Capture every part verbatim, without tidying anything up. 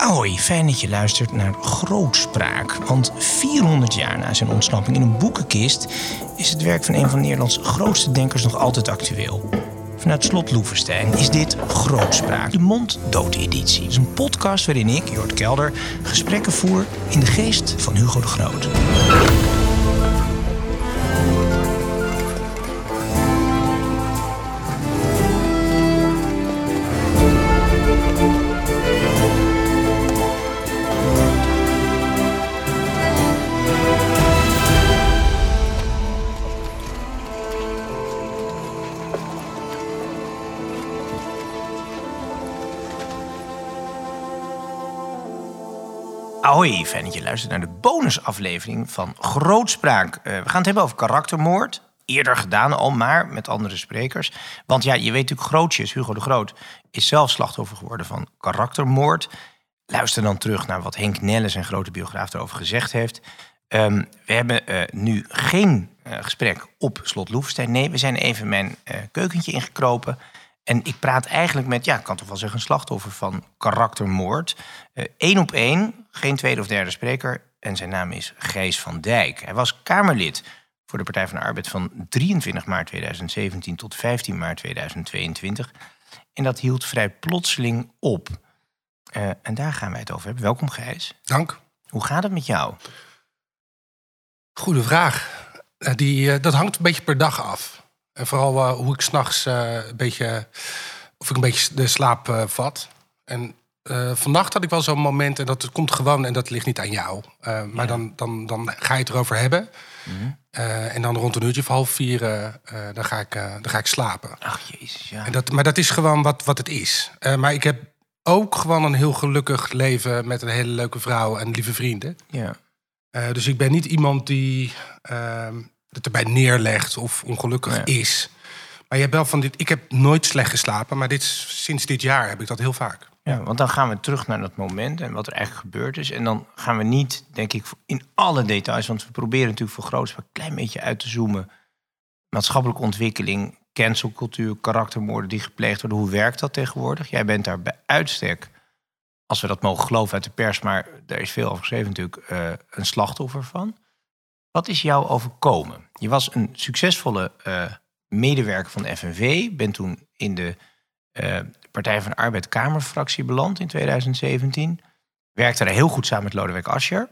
Hoi, fijn dat je luistert naar Grootspraak. Want vierhonderd jaar na zijn ontsnapping in een boekenkist is het werk van een van Nederlands grootste denkers nog altijd actueel. Vanuit Slot Loevestein is dit Grootspraak, de monddood-editie. Het is een podcast waarin ik, Jort Kelder, gesprekken voer in de geest van Hugo de Groot. Hoi, fijn dat je luistert naar de bonusaflevering van Grootspraak. Uh, we gaan het hebben over karaktermoord. Eerder gedaan al, maar met andere sprekers. Want ja, je weet natuurlijk, Grootjes, Hugo de Groot, is zelf slachtoffer geworden van karaktermoord. Luister dan terug naar wat Henk Nelle, zijn grote biograaf, erover gezegd heeft. Um, we hebben uh, nu geen uh, gesprek op Slot Loevestein. Nee, we zijn even mijn uh, keukentje ingekropen. En ik praat eigenlijk met, ja, ik kan toch wel zeggen, een slachtoffer van karaktermoord. Eén uh, op één, geen tweede of derde spreker. En zijn naam is Gijs van Dijk. Hij was Kamerlid voor de Partij van de Arbeid van drieëntwintig maart tweeduizend zeventien tot vijftien maart tweeduizend tweeëntwintig. En dat hield vrij plotseling op. Uh, en daar gaan wij het over hebben. Welkom, Gijs. Dank. Hoe gaat het met jou? Goeie vraag. Uh, die, uh, dat hangt een beetje per dag af. En vooral uh, hoe ik s'nachts uh, een beetje, of ik een beetje de slaap uh, vat. En uh, vannacht had ik wel zo'n moment, en dat komt gewoon, en dat ligt niet aan jou. Uh, maar ja. dan, dan, dan ga je het erover hebben. Mm-hmm. Uh, en dan rond een uurtje of half vier, uh, uh, dan, ga ik, uh, dan ga ik slapen. Ach, jezus, ja. En dat, maar dat is gewoon wat, wat het is. Uh, maar ik heb ook gewoon een heel gelukkig leven met een hele leuke vrouw en lieve vrienden. Ja. Uh, dus ik ben niet iemand die Uh, het erbij neerlegt of ongelukkig ja. is. Maar je hebt wel van dit. Ik heb nooit slecht geslapen, maar dit, sinds dit jaar heb ik dat heel vaak. Ja, want dan gaan we terug naar dat moment en wat er eigenlijk gebeurd is. En dan gaan we niet, denk ik, in alle details, want we proberen natuurlijk voor Grootspraak een klein beetje uit te zoomen. Maatschappelijke ontwikkeling, cancelcultuur, karaktermoorden die gepleegd worden. Hoe werkt dat tegenwoordig? Jij bent daar bij uitstek, als we dat mogen geloven uit de pers, maar daar is veel over geschreven natuurlijk, uh, een slachtoffer van. Wat is jou overkomen? Je was een succesvolle uh, medewerker van de F N V. Bent toen in de uh, Partij van de Arbeid Kamerfractie beland in tweeduizend zeventien. Werkte daar heel goed samen met Lodewijk Asscher.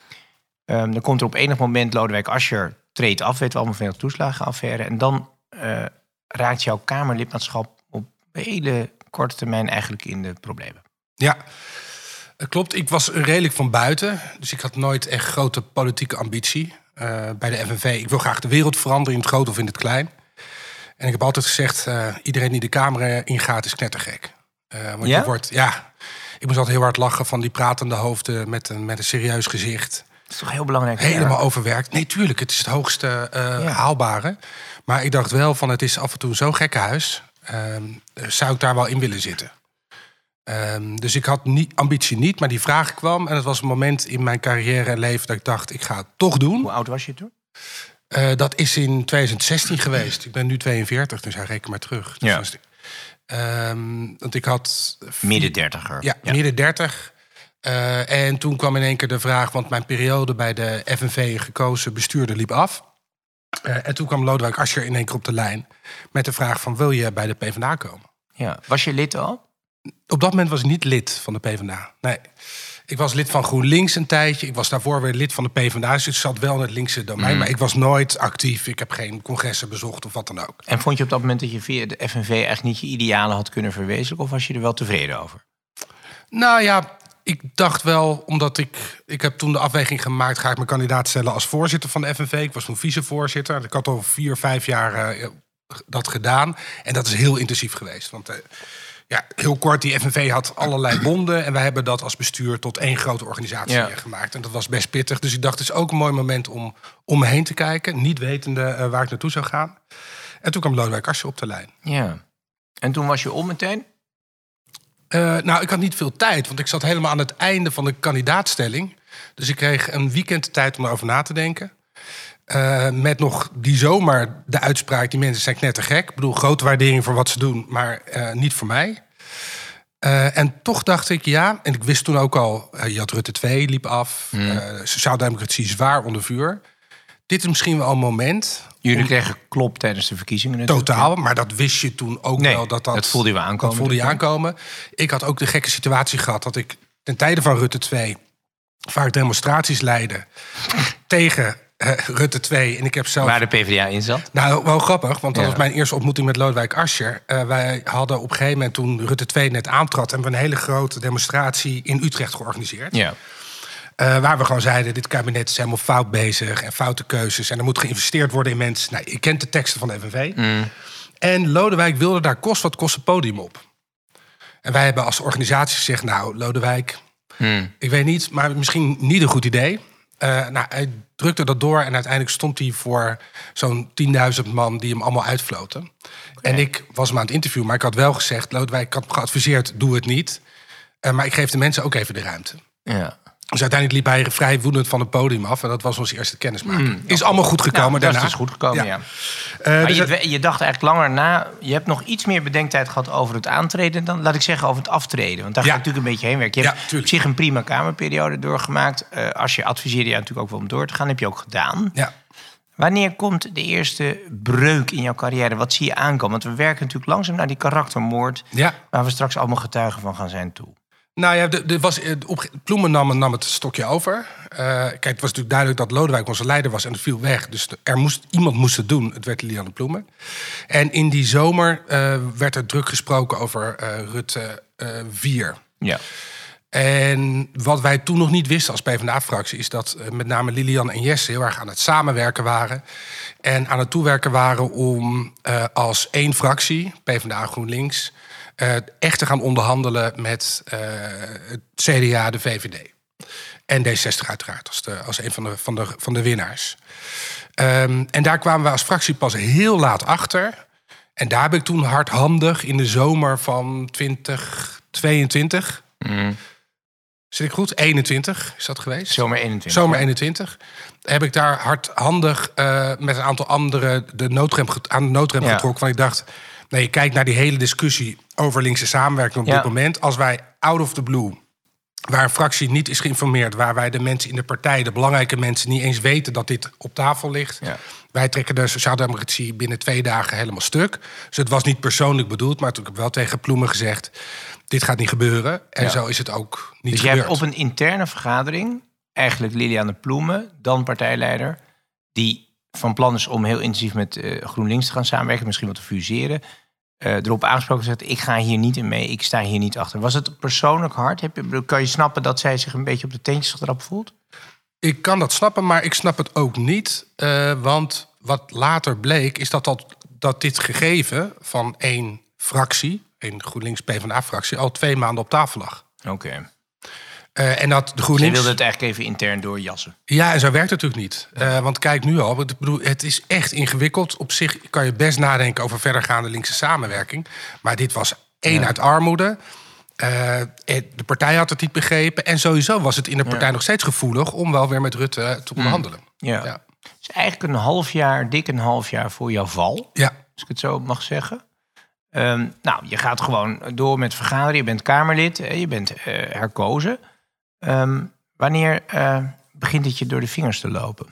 Um, dan komt er op enig moment Lodewijk Asscher treedt af. Weten we allemaal van de toeslagenaffaire. En dan uh, raakt jouw Kamerlidmaatschap op hele korte termijn eigenlijk in de problemen. Ja, klopt. Ik was redelijk van buiten. Dus ik had nooit echt grote politieke ambitie. Uh, bij de F N V. Ik wil graag de wereld veranderen in het groot of in het klein. En ik heb altijd gezegd, uh, iedereen die de Kamer ingaat is knettergek. Uh, want ja? je wordt, ja, ik moest altijd heel hard lachen van die pratende hoofden met een, met een serieus gezicht. Dat is toch heel belangrijk? Helemaal overwerkt. Nee, tuurlijk, het is het hoogste uh, ja. haalbare. Maar ik dacht wel van, het is af en toe zo'n gekkenhuis. Uh, zou ik daar wel in willen zitten? Um, dus ik had niet, ambitie niet, maar die vraag kwam. En het was een moment in mijn carrière en leven dat ik dacht, ik ga het toch doen. Hoe oud was je toen? Uh, dat is in tweeduizend zestien geweest. Ik ben nu tweeënveertig, dus hij reken maar terug. Dus ja. was, um, want ik had midden dertiger. Ja, ja. midden dertig. Uh, en toen kwam in één keer de vraag, want mijn periode bij de F N V gekozen bestuurder liep af. Uh, en toen kwam Lodewijk Asscher in één keer op de lijn met de vraag van, wil je bij de PvdA komen? Ja. Was je lid al? Op dat moment was ik niet lid van de PvdA. Nee, ik was lid van GroenLinks een tijdje. Ik was daarvoor weer lid van de PvdA. Dus ik zat wel in het linkse domein. Mm. Maar ik was nooit actief. Ik heb geen congressen bezocht of wat dan ook. En vond je op dat moment dat je via de F N V eigenlijk niet je idealen had kunnen verwezenlijken? Of was je er wel tevreden over? Nou ja, ik dacht wel, omdat ik... Ik heb toen de afweging gemaakt, ga ik mijn kandidaat stellen als voorzitter van de F N V. Ik was toen vicevoorzitter. Ik had al vier, vijf jaar uh, dat gedaan. En dat is heel intensief geweest. Want Uh, Ja, heel kort, die F N V had allerlei bonden. En wij hebben dat als bestuur tot één grote organisatie ja. gemaakt. En dat was best pittig. Dus ik dacht, het is ook een mooi moment om om me heen te kijken. Niet wetende uh, waar ik naartoe zou gaan. En toen kwam Lodewijk Asscher op de lijn. Ja. En toen was je om meteen? Uh, nou, ik had niet veel tijd. Want ik zat helemaal aan het einde van de kandidaatstelling. Dus ik kreeg een weekend de tijd om erover na te denken. Uh, met nog die zomer de uitspraak, die mensen zijn knettergek. Ik bedoel, grote waardering voor wat ze doen, maar uh, niet voor mij. Uh, en toch dacht ik, ja, en ik wist toen ook al... Uh, je had Rutte twee, liep af. Mm. Uh, Sociaaldemocratie zwaar onder vuur. Dit is misschien wel een moment... Jullie om... kregen klop tijdens de verkiezingen natuurlijk. Totaal, maar dat wist je toen ook nee, wel. Dat, dat, dat voelde je aankomen. Dat voelde je aankomen. Ik had ook de gekke situatie gehad dat ik ten tijde van Rutte twee... vaak demonstraties leidde tegen uh, Rutte twee. En ik heb zelf... Waar de PvdA in zat? Nou, wel grappig, want dat ja. was mijn eerste ontmoeting met Lodewijk Asscher. Uh, wij hadden op een gegeven moment, toen Rutte twee net aantrad... hebben we een hele grote demonstratie in Utrecht georganiseerd. Ja. Uh, waar we gewoon zeiden, dit kabinet is helemaal fout bezig... en foute keuzes en er moet geïnvesteerd worden in mensen. Nou, je kent de teksten van de F N V. Mm. En Lodewijk wilde daar kost wat kost het podium op. En wij hebben als organisatie gezegd, nou, Lodewijk... Hmm. Ik weet niet, maar misschien niet een goed idee. Uh, nou, hij drukte dat door en uiteindelijk stond hij voor zo'n tienduizend man die hem allemaal uitfloten. Okay. En ik was hem aan het interviewen, maar ik had wel gezegd... Lodewijk, ik had geadviseerd, doe het niet. Uh, maar ik geef de mensen ook even de ruimte. Ja. Dus uiteindelijk liep hij vrij woedend van het podium af. En dat was onze eerste kennismaking. Mm, is allemaal goed gekomen nou, daarna. Dat is goed gekomen, ja. ja. Uh, maar dus je, het... je dacht eigenlijk langer na... Je hebt nog iets meer bedenktijd gehad over het aantreden... dan, laat ik zeggen, over het aftreden. Want daar ja. ga je natuurlijk een beetje heen werken. Je ja, hebt op zich een prima kamerperiode doorgemaakt. Uh, als je adviseerde je natuurlijk ook wel om door te gaan. Heb je ook gedaan. Ja. Wanneer komt de eerste breuk in jouw carrière? Wat zie je aankomen? Want we werken natuurlijk langzaam naar die karaktermoord... Ja. waar we straks allemaal getuigen van gaan zijn toe. Nou ja, de, de was, op, Ploemen nam, nam het stokje over. Uh, kijk, het was natuurlijk duidelijk dat Lodewijk onze leider was... en het viel weg, dus er moest, iemand moest het doen. Het werd Liliane Ploemen. En in die zomer uh, werd er druk gesproken over uh, Rutte uh, vier. Ja. En wat wij toen nog niet wisten als PvdA-fractie... is dat uh, met name Liliane en Jesse heel erg aan het samenwerken waren... en aan het toewerken waren om uh, als één fractie, PvdA GroenLinks... Uh, echt te gaan onderhandelen met uh, het C D A, de V V D. En D zestig uiteraard, als, de, als een van de, van de, van de winnaars. Um, en daar kwamen we als fractie pas heel laat achter. En daar heb ik toen hardhandig in de zomer van twintig tweeëntwintig... Mm. Zit ik goed? eenentwintig is dat geweest? Zomer eenentwintig. Zomer eenentwintig. Heb ik daar hardhandig uh, met een aantal anderen de noodrem, aan de noodrem ja. getrokken. Want ik dacht... Nee, je kijkt naar die hele discussie over linkse samenwerking op ja. dit moment. Als wij out of the blue, waar een fractie niet is geïnformeerd... waar wij de mensen in de partij, de belangrijke mensen... niet eens weten dat dit op tafel ligt... Ja. Wij trekken de sociaaldemocratie binnen twee dagen helemaal stuk. Dus het was niet persoonlijk bedoeld, maar ik heb wel tegen Ploemen gezegd... dit gaat niet gebeuren. En ja. zo is het ook niet dus gebeurd. Dus je hebt op een interne vergadering... eigenlijk Liliane Ploemen, dan partijleider... die van plan is om heel intensief met uh, GroenLinks te gaan samenwerken... misschien wat te fuseren... Uh, erop aangesproken gezegd, ik ga hier niet in mee, ik sta hier niet achter. Was het persoonlijk hard? Heb je, kan je snappen dat zij zich een beetje op de teentjes getrapt voelt? Ik kan dat snappen, maar ik snap het ook niet. Uh, want wat later bleek, is dat, dat, dat dit gegeven van één fractie... één GroenLinks-PvdA-fractie, al twee maanden op tafel lag. Oké. Okay. Uh, en dat de GroenLinks... Zij wilde het eigenlijk even intern doorjassen. Ja, en zo werkt het natuurlijk niet. Uh, want kijk nu al, ik bedoel, het is echt ingewikkeld. Op zich kan je best nadenken over verdergaande linkse samenwerking. Maar dit was één ja. uit armoede. Uh, de partij had het niet begrepen. En sowieso was het in de partij ja. nog steeds gevoelig... om wel weer met Rutte te onderhandelen. Mm. Ja. ja. Het is eigenlijk een half jaar, dik een half jaar voor jouw val. Ja. Als ik het zo mag zeggen. Um, nou, je gaat gewoon door met vergaderen. Je bent Kamerlid, je bent uh, herkozen... Um, wanneer uh, begint het je door de vingers te lopen?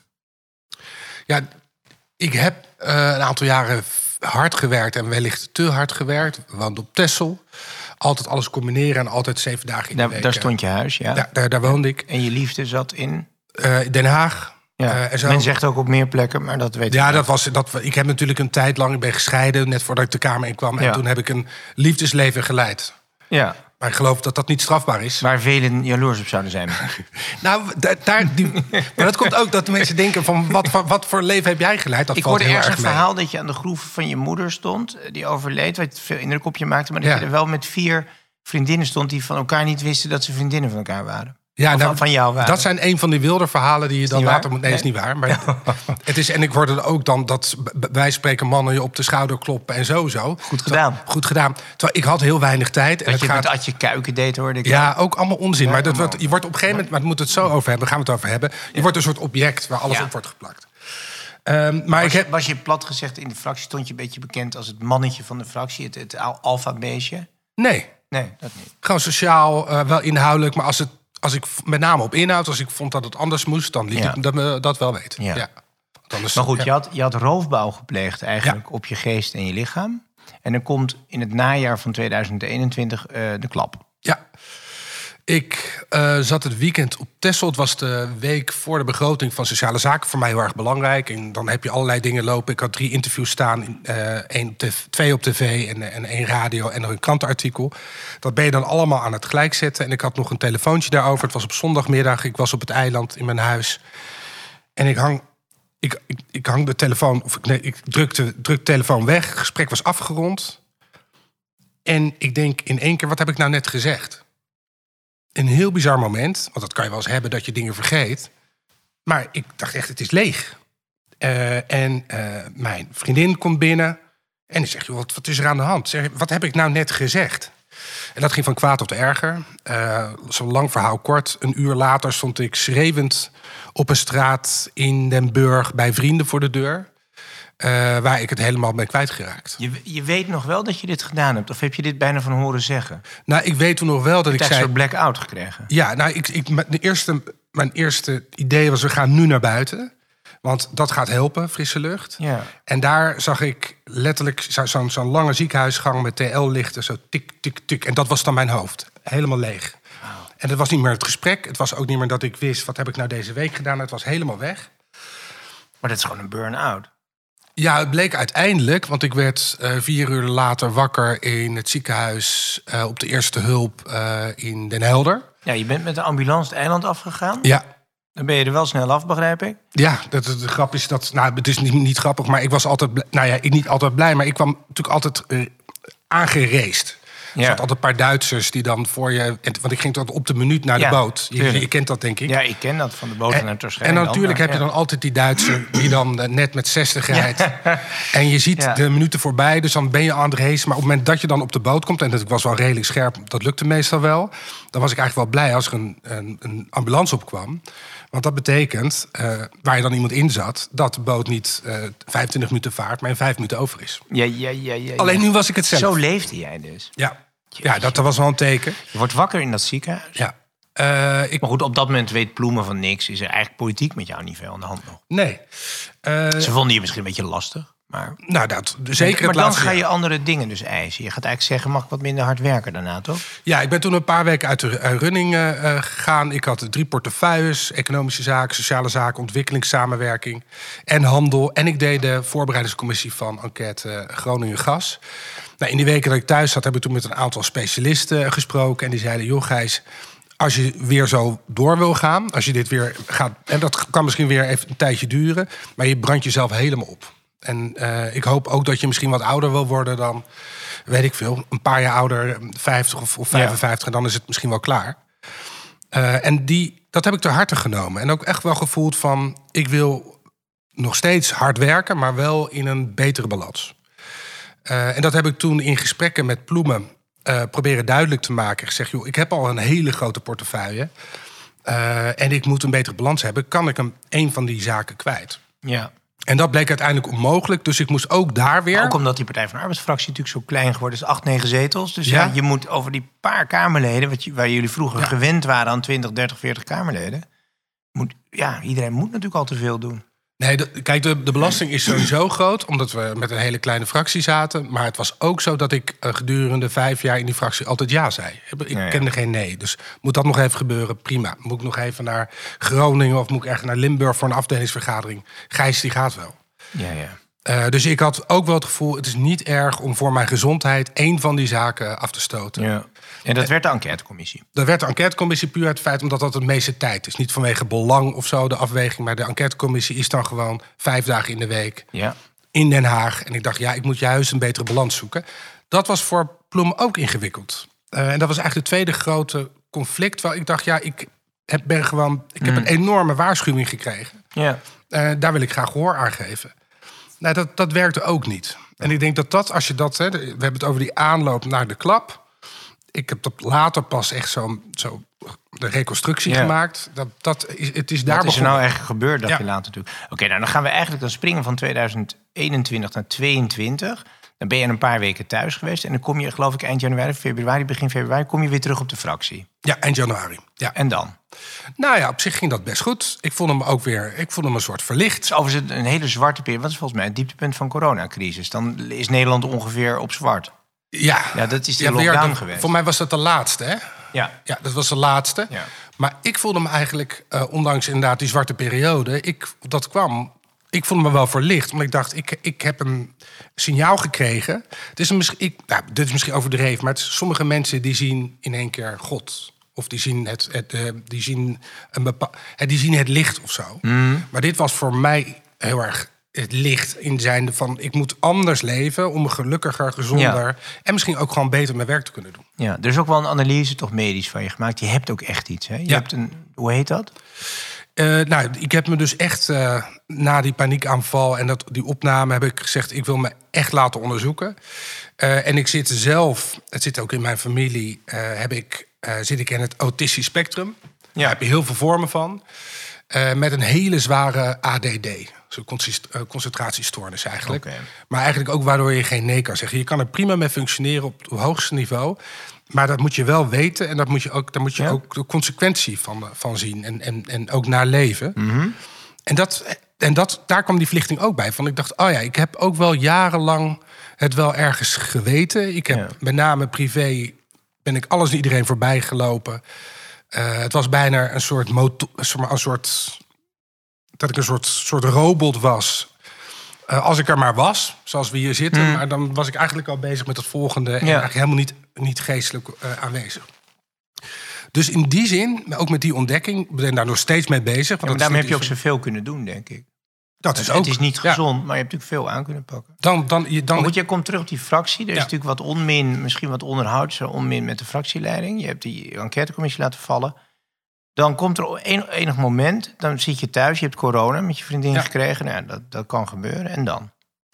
Ja, ik heb uh, een aantal jaren hard gewerkt en wellicht te hard gewerkt. Want op Texel, altijd alles combineren en altijd zeven dagen in de daar, week. Daar stond je huis, ja. Daar, daar, daar woonde ik. En je liefde zat in? Uh, Den Haag. Ja. Uh, en zo. Men zegt ook op meer plekken, maar dat weet ik ja, niet. dat was, dat, ik heb natuurlijk een tijd lang, ik ben gescheiden... net voordat ik de Kamer in kwam. En ja. toen heb ik een liefdesleven geleid. Ja. Maar ik geloof dat dat niet strafbaar is. Waar velen jaloers op zouden zijn. nou, daar, daar, die, maar dat komt ook dat de mensen denken van... wat, wat, wat voor leven heb jij geleid? Dat ik valt hoorde heel ergens erg een mee. verhaal dat je aan de groef van je moeder stond... die overleed, wat veel indruk op je maakte... maar dat ja. je er wel met vier vriendinnen stond... die van elkaar niet wisten dat ze vriendinnen van elkaar waren. Ja, nou, van, van jou waren. Dat zijn een van die wilde verhalen die je dan later moet... Nee, nee, is niet waar. Maar het is, en ik hoorde er ook dan dat wij spreken mannen je op de schouder kloppen en zo zo. Goed gedaan. Goed gedaan. Terwijl ik had heel weinig tijd. Dat en je het gaat... met Adje Kuiken deed, hoorde ik. Ja, ook allemaal onzin. Ja, maar dat allemaal. wordt, je wordt op een gegeven moment... maar we moeten het zo over hebben, gaan we het over hebben. Je ja. wordt een soort object waar alles ja. op wordt geplakt. Um, maar was, ik heb... was je plat gezegd in de fractie... stond je een beetje bekend als het mannetje van de fractie... het, het alfa-beestje? Nee. Nee, dat niet. Gewoon sociaal, uh, wel inhoudelijk. Maar als, het, als ik met name op inhoud, als ik vond dat het anders moest... dan liet Ja. ik dat, me dat wel weten. Ja. Ja. Anders, Maar goed, ja. je, had, je had roofbouw gepleegd eigenlijk ja. op je geest en je lichaam. En dan komt in het najaar van tweeduizend eenentwintig uh, de klap. Ja. Ik uh, zat het weekend op Texel. Het was de week voor de begroting van sociale zaken. Voor mij heel erg belangrijk. En dan heb je allerlei dingen lopen. Ik had drie interviews staan. Uh, één op tv, twee op tv en, en één radio en nog een krantenartikel. Dat ben je dan allemaal aan het gelijk zetten. En ik had nog een telefoontje daarover. Het was op zondagmiddag. Ik was op het eiland in mijn huis. En ik hang... Ik, ik, ik hang de telefoon, of nee, ik drukte, druk de telefoon weg. Het gesprek was afgerond. En ik denk in één keer, wat heb ik nou net gezegd? Een heel bizar moment, want dat kan je wel eens hebben dat je dingen vergeet. Maar ik dacht echt, het is leeg. Uh, en uh, mijn vriendin komt binnen en die zegt, joh, wat, wat is er aan de hand? Zeg, wat heb ik nou net gezegd? En dat ging van kwaad tot erger. Uh, Zo'n lang verhaal kort. Een uur later stond ik schreeuwend op een straat in Den Burg bij vrienden voor de deur. Uh, waar ik het helemaal ben kwijtgeraakt. Je, je weet nog wel dat je dit gedaan hebt? Of heb je dit bijna van horen zeggen? Nou, ik weet toen nog wel dat ik zei... een soort blackout gekregen? Ja, nou, ik, ik, de eerste, mijn eerste idee was, we gaan nu naar buiten. Want dat gaat helpen, frisse lucht. Ja. En daar zag ik letterlijk zo'n zo'n lange ziekenhuisgang met T L-lichten. Zo tik, tik, tik. En dat was dan mijn hoofd. Helemaal leeg. Wow. En het was niet meer het gesprek. Het was ook niet meer dat ik wist, wat heb ik nou deze week gedaan? Het was helemaal weg. Maar dat is gewoon een burn-out. Ja, het bleek uiteindelijk, want ik werd uh, vier uur later wakker in het ziekenhuis uh, op de eerste hulp uh, in Den Helder. Ja, je bent met de ambulance het eiland afgegaan. Ja. Dan ben je er wel snel af, begrijp ik. Ja, dat, de grap is dat... Nou, het is niet, niet grappig, maar ik was altijd... Blij, nou ja, ik niet altijd blij, maar ik kwam natuurlijk altijd uh, aangereest. Er Ja. zaten altijd een paar Duitsers die dan voor je... Want ik ging tot op de minuut naar de Ja, boot. Je, tuurlijk. je kent dat, denk ik. Ja, ik ken dat van de boot En, naar Terschelling. en natuurlijk dan, heb je ja. dan altijd die Duitser die dan uh, net met zestig rijdt. En je ziet Ja. de minuten voorbij, dus dan ben je aan het racen. Maar op het moment dat je dan op de boot komt... en dat ik was wel redelijk scherp, dat lukte meestal wel... dan was ik eigenlijk wel blij als er een, een, een ambulance opkwam. Want dat betekent, uh, waar je dan iemand in zat... dat de boot niet uh, vijfentwintig minuten vaart, maar in vijf minuten over is. Ja, ja, ja, ja, Alleen ja. nu was ik het zelf. Zo leefde jij dus. Ja, ja dat, dat was wel een teken. Je wordt wakker in dat ziekenhuis. Ja. Uh, ik, Maar goed, op dat moment weet Ploemen van niks. Is er eigenlijk politiek met jou niet veel aan de hand nog? nee. Uh, Ze vonden je misschien een beetje lastig. Maar, nou, dat, zeker maar het dan laatste ga je jaar. andere dingen dus eisen. Je gaat eigenlijk zeggen, mag ik wat minder hard werken daarna, toch? Ja, ik ben toen een paar weken uit de uh, running uh, gegaan. Ik had drie portefeuilles, economische zaken, sociale zaken, ontwikkelingssamenwerking en handel. En ik deed de voorbereidingscommissie van enquête uh, Groningen Gas. Nou, in die weken dat ik thuis zat, heb ik toen met een aantal specialisten gesproken. En die zeiden, joh Gijs, als je weer zo door wil gaan, als je dit weer gaat... en dat kan misschien weer even een tijdje duren, maar je brandt jezelf helemaal op. En uh, ik hoop ook dat je misschien wat ouder wil worden dan, weet ik veel, een paar jaar ouder, vijftig of, of vijfenvijftig, ja. En dan is het misschien wel klaar. Uh, en die, dat heb ik ter harte genomen. En ook echt wel gevoeld van, ik wil nog steeds hard werken, maar wel in een betere balans. Uh, en dat heb ik toen in gesprekken met Ploemen uh, proberen duidelijk te maken. Ik zeg, joh, ik heb al een hele grote portefeuille uh, en ik moet een betere balans hebben. Kan ik hem een van die zaken kwijt? Ja. En dat bleek uiteindelijk onmogelijk. Dus ik moest ook daar weer... Ook omdat die Partij van de Arbeidsfractie natuurlijk zo klein geworden is. acht, negen zetels. Dus ja, Ja. je moet over die paar Kamerleden... Wat je, waar jullie vroeger Ja. gewend waren aan twintig, dertig, veertig Kamerleden... Moet, ja, iedereen moet natuurlijk al te veel doen. Nee, de, kijk, de, de belasting is sowieso groot, omdat we met een hele kleine fractie zaten. Maar het was ook zo dat ik uh, gedurende vijf jaar in die fractie altijd ja zei. Ik Ja, ja. kende geen nee. Dus moet dat nog even gebeuren? Prima. Moet ik nog even naar Groningen of moet ik ergens naar Limburg voor een afdelingsvergadering? Gijs, die gaat wel. Ja, ja. Uh, dus ik had ook wel het gevoel, het is niet erg om voor mijn gezondheid één van die zaken af te stoten. ja. En dat werd de enquêtecommissie. Dat werd de enquêtecommissie puur uit het feit omdat dat het meeste tijd is. Niet vanwege belang of zo, de afweging. Maar de enquêtecommissie is dan gewoon vijf dagen in de week Ja. in Den Haag. En ik dacht, ja, ik moet juist een betere balans zoeken. Dat was voor Ploem ook ingewikkeld. Uh, en dat was eigenlijk de tweede grote conflict. Waar ik dacht, ja, ik heb, ben gewoon, ik heb Mm. een enorme waarschuwing gekregen. Ja. Uh, daar wil ik graag gehoor aan geven. Nou, dat, dat werkte ook niet. En ik denk dat dat, als je dat... Hè, we hebben het over die aanloop naar de klap. Ik heb dat later pas echt zo, zo de reconstructie Ja. gemaakt. Dat, dat is, het is daar Wat is er begonnen. nou eigenlijk gebeurd, dacht Ja. je later natuurlijk. Oké, nou dan gaan we eigenlijk dan springen van tweeduizend eenentwintig naar tweeëntwintig. Dan ben je een paar weken thuis geweest. En dan kom je, geloof ik, eind januari, februari, begin februari... kom je weer terug op de fractie. Ja, eind januari. Ja. En dan? Nou ja, op zich ging dat best goed. Ik vond hem ook weer, ik vond hem een soort verlicht. Het is overigens een hele zwarte periode. Wat is volgens mij het dieptepunt van coronacrisis? Dan is Nederland ongeveer op zwart. Ja, ja dat is die ja, lockdown de, geweest. Voor mij was dat de laatste, hè? Ja. Ja, dat was de laatste. Ja. Maar ik voelde me eigenlijk, uh, ondanks inderdaad die zwarte periode... Ik, dat kwam, ik voelde me wel verlicht. Omdat ik dacht, ik, ik heb een signaal gekregen. Het is een, ik, nou, dit is misschien overdreven, maar het is, sommige mensen die zien in één keer God... Of die zien het, het, uh, die zien een bepaal, uh, die zien het licht of zo. Mm. Maar dit was voor mij heel erg het licht in zijnde van... ik moet anders leven om gelukkiger, gezonder... Ja. en misschien ook gewoon beter mijn werk te kunnen doen. Ja, er is ook wel een analyse toch medisch van je gemaakt. Je hebt ook echt iets, hè? Je ja. hebt een, hoe heet dat? Uh, nou, ik heb me dus echt uh, na die paniekaanval en dat, die opname... heb ik gezegd, ik wil me echt laten onderzoeken. Uh, en ik zit zelf, het zit ook in mijn familie... Uh, heb ik, uh, zit ik in het autistisch spectrum. Ja. Daar heb je heel veel vormen van. Uh, met een hele zware A D D. Zo'n concentratiestoornis eigenlijk. Okay. Maar eigenlijk ook waardoor je geen nee kan zeggen. Je kan er prima mee functioneren op het hoogste niveau... Maar dat moet je wel weten en dat moet je ook, daar moet je ja. ook de consequentie van, van zien. En, en, en ook naar leven. Mm-hmm. En, dat, en dat, daar kwam die verlichting ook bij. Van ik dacht, oh ja, ik heb ook wel jarenlang het wel ergens geweten. Ik heb ja. met name privé, ben ik alles en iedereen voorbij gelopen. Uh, het was bijna een soort, motor, een soort... dat ik een soort, soort robot was... Uh, als ik er maar was, zoals we hier zitten. Mm. Maar dan was ik eigenlijk al bezig met het volgende. En ja. eigenlijk helemaal niet, niet geestelijk uh, aanwezig. Dus in die zin, ook met die ontdekking... ben ik daar nog steeds mee bezig. Want ja, maar daarom heb je ook zoveel kunnen doen, denk ik. Dat is het, ook, het is niet gezond, ja. maar je hebt natuurlijk veel aan kunnen pakken. Dan, dan, je, dan... Maar goed, jij komt terug op die fractie. Er is ja. natuurlijk wat onmin, misschien wat onderhoud... zo onmin met de fractieleiding. Je hebt die enquêtecommissie laten vallen... Dan komt er een, enig moment, dan zit je thuis, je hebt corona met je vriendin ja. gekregen. Nou, dat, dat kan gebeuren. En dan?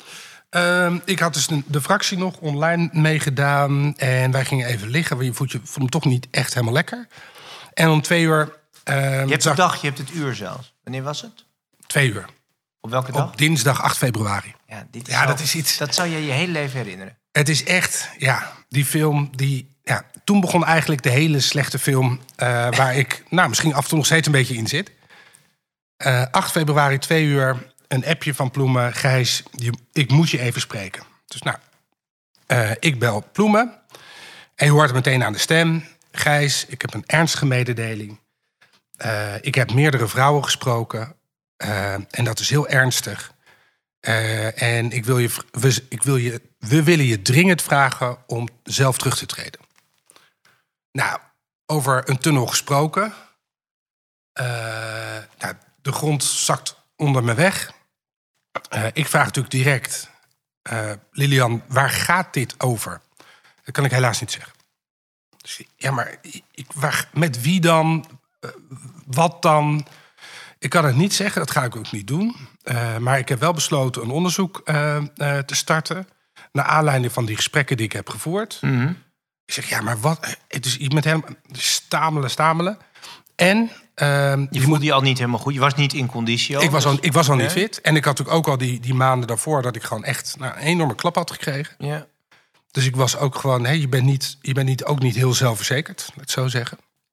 Uh, ik had dus de, de fractie nog online meegedaan. En wij gingen even liggen. Want je voelt je voelt hem toch niet echt helemaal lekker. En om twee uur... Uh, je hebt zag... de dag, je hebt het uur zelfs. Wanneer was het? Twee uur. Op welke dag? Op dinsdag acht februari. Ja, dit is ja al, dat is iets... Dat zou je je hele leven herinneren. Het is echt, ja, die film... die. Ja, toen begon eigenlijk de hele slechte film... Uh, waar ik nou, misschien af en toe nog steeds een beetje in zit. Uh, acht februari, twee uur, een appje van Ploemen. Gijs, die, ik moet je even spreken. Dus nou, uh, ik bel Ploemen. En je hoort het meteen aan de stem. Gijs, ik heb een ernstige mededeling. Uh, ik heb meerdere vrouwen gesproken. Uh, en dat is heel ernstig. Uh, en ik wil je, we, ik wil je, we willen je dringend vragen om zelf terug te treden. Nou, over een tunnel gesproken. Uh, nou, de grond zakt onder me weg. Uh, ik vraag natuurlijk direct... Uh, Lilian, waar gaat dit over? Dat kan ik helaas niet zeggen. Dus, ja, maar ik, waar, met wie dan? Uh, wat dan? Ik kan het niet zeggen, dat ga ik ook niet doen. Uh, maar ik heb wel besloten een onderzoek uh, uh, te starten... naar aanleiding van die gesprekken die ik heb gevoerd... Mm-hmm. Ik zeg, ja, maar wat? Het is iemand helemaal stamelen, stamelen. En... Uh, je voelde moet... je al niet helemaal goed? Je was niet in conditie al? Ik was al, ik was al nee? niet fit. En ik had natuurlijk ook al die, die maanden daarvoor... dat ik gewoon echt nou, een enorme klap had gekregen. Ja. Dus ik was ook gewoon... Hey, je bent, niet, je bent niet, ook niet heel zelfverzekerd, laat het zo zeggen.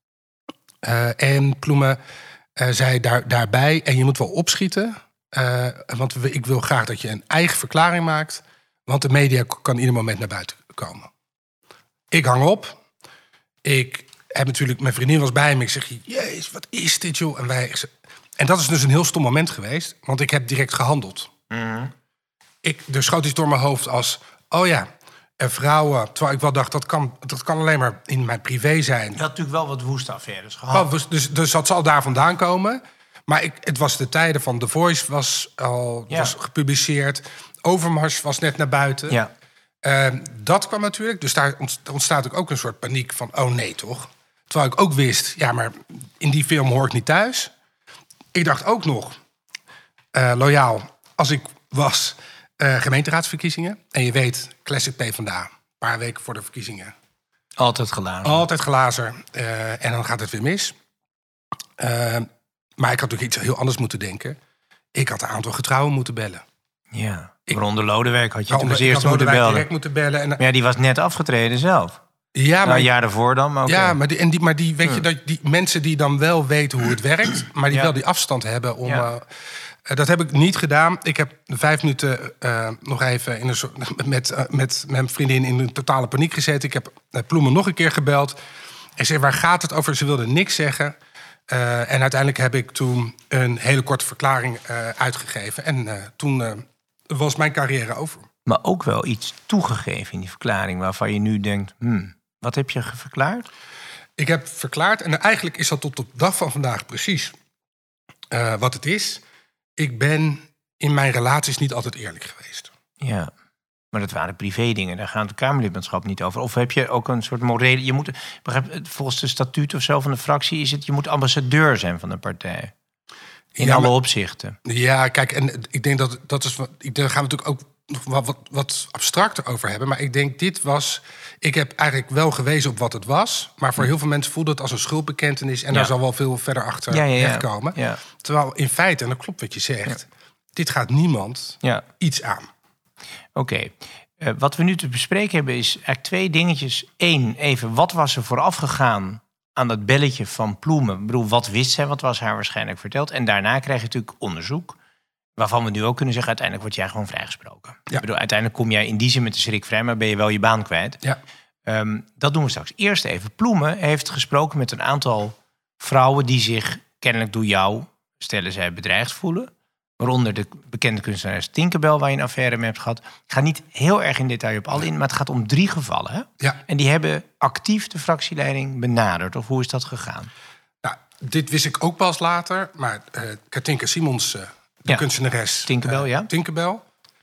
Uh, en Ploemen uh, zei daar, daarbij... en je moet wel opschieten... Uh, want we, ik wil graag dat je een eigen verklaring maakt... want de media kan ieder moment naar buiten komen. Ik hang op. Ik heb natuurlijk... Mijn vriendin was bij me. Ik zeg, jezus, wat is dit, joh? En, wij, en dat is dus een heel stom moment geweest. Want ik heb direct gehandeld. Mm-hmm. Ik, er schoot iets door mijn hoofd als... Oh ja, en vrouwen... Terwijl ik wel dacht, dat kan, dat kan alleen maar in mijn privé zijn. Je had natuurlijk wel wat woeste affaires gehad. Oh, dus, dus dat zal daar vandaan komen. Maar ik, het was de tijden van The Voice was al ja. was gepubliceerd. Overmars was net naar buiten. Ja. Uh, dat kwam natuurlijk. Dus daar ontstaat ook een soort paniek van... oh nee, toch? Terwijl ik ook wist... ja, maar in die film hoor ik niet thuis. Ik dacht ook nog... Uh, loyaal, als ik was... Uh, gemeenteraadsverkiezingen. En je weet, classic PvdA. Een paar weken voor de verkiezingen. Altijd glazen. Altijd glazen. Uh, en dan gaat het weer mis. Uh, maar ik had natuurlijk iets heel anders moeten denken. Ik had een aantal getrouwen moeten bellen. Ja, Ronde Lodewijk had je Nou, toen als ik had eerste moeten Lodewijk bellen. direct moeten bellen. En, Maar ja, die was net afgetreden zelf. ja, Nou, maar, een jaar daarvoor dan, maar oké. ja, maar, die, en die, maar die, weet je, dat die mensen die dan wel weten hoe het werkt... maar die Ja. wel die afstand hebben om... Ja. Uh, dat heb ik niet gedaan. Ik heb vijf minuten uh, nog even in een soort, met, uh, met mijn vriendin in een totale paniek gezeten. Ik heb uh, Ploemen nog een keer gebeld. En zei, waar gaat het over? Ze wilde niks zeggen. Uh, en uiteindelijk heb ik toen een hele korte verklaring uh, uitgegeven. En uh, toen uh, was mijn carrière over. Maar ook wel iets toegegeven in die verklaring... waarvan je nu denkt, hmm, wat heb je verklaard? Ik heb verklaard, en eigenlijk is dat tot op de dag van vandaag precies uh, wat het is. Ik ben in mijn relaties niet altijd eerlijk geweest. Ja, maar dat waren privé dingen. Daar gaat het Kamerlidmaatschap niet over. Of heb je ook een soort morele... Je moet, begrijp, volgens de statuut of zo van de fractie... is het, je moet ambassadeur zijn van de partij. In Ja, alle maar- opzichten. Ja, kijk, en ik denk dat dat is wat. Ik, daar gaan we natuurlijk ook nog wat, wat, wat abstracter over hebben. Maar ik denk, dit was. Ik heb eigenlijk wel gewezen op wat het was. Maar voor heel veel mensen voelde het als een schuldbekentenis. En Ja. daar zal wel veel verder achter Ja, ja, ja. wegkomen. Ja. Terwijl in feite, en dat klopt wat je zegt. Dit gaat niemand Ja. iets aan. Oké. Eh, wat we nu te bespreken hebben is eigenlijk twee dingetjes. Eén, even, wat was er vooraf gegaan aan dat belletje van Ploemen? Ik bedoel, wat wist zij? Wat was haar waarschijnlijk verteld? En daarna krijg je natuurlijk onderzoek. Waarvan we nu ook kunnen zeggen, uiteindelijk word jij gewoon vrijgesproken. Ja. Ik bedoel, uiteindelijk kom jij in die zin met de schrik vrij... maar ben je wel je baan kwijt. Ja. Um, dat doen we straks. Eerst even. Ploemen heeft gesproken met een aantal vrouwen... die zich kennelijk door jou, stellen zij, bedreigd voelen. Waaronder de bekende kunstenares Tinkerbell... waar je een affaire mee hebt gehad. Ik ga niet heel erg in detail op alle in... maar het gaat om drie gevallen. Hè? Ja. En die hebben actief de fractieleiding benaderd. Of hoe is dat gegaan? Nou, dit wist ik ook pas later. Maar uh, Katinka Simons, uh, de Ja. kunstenares... Tinkerbell, uh, ja. Tinkerbell.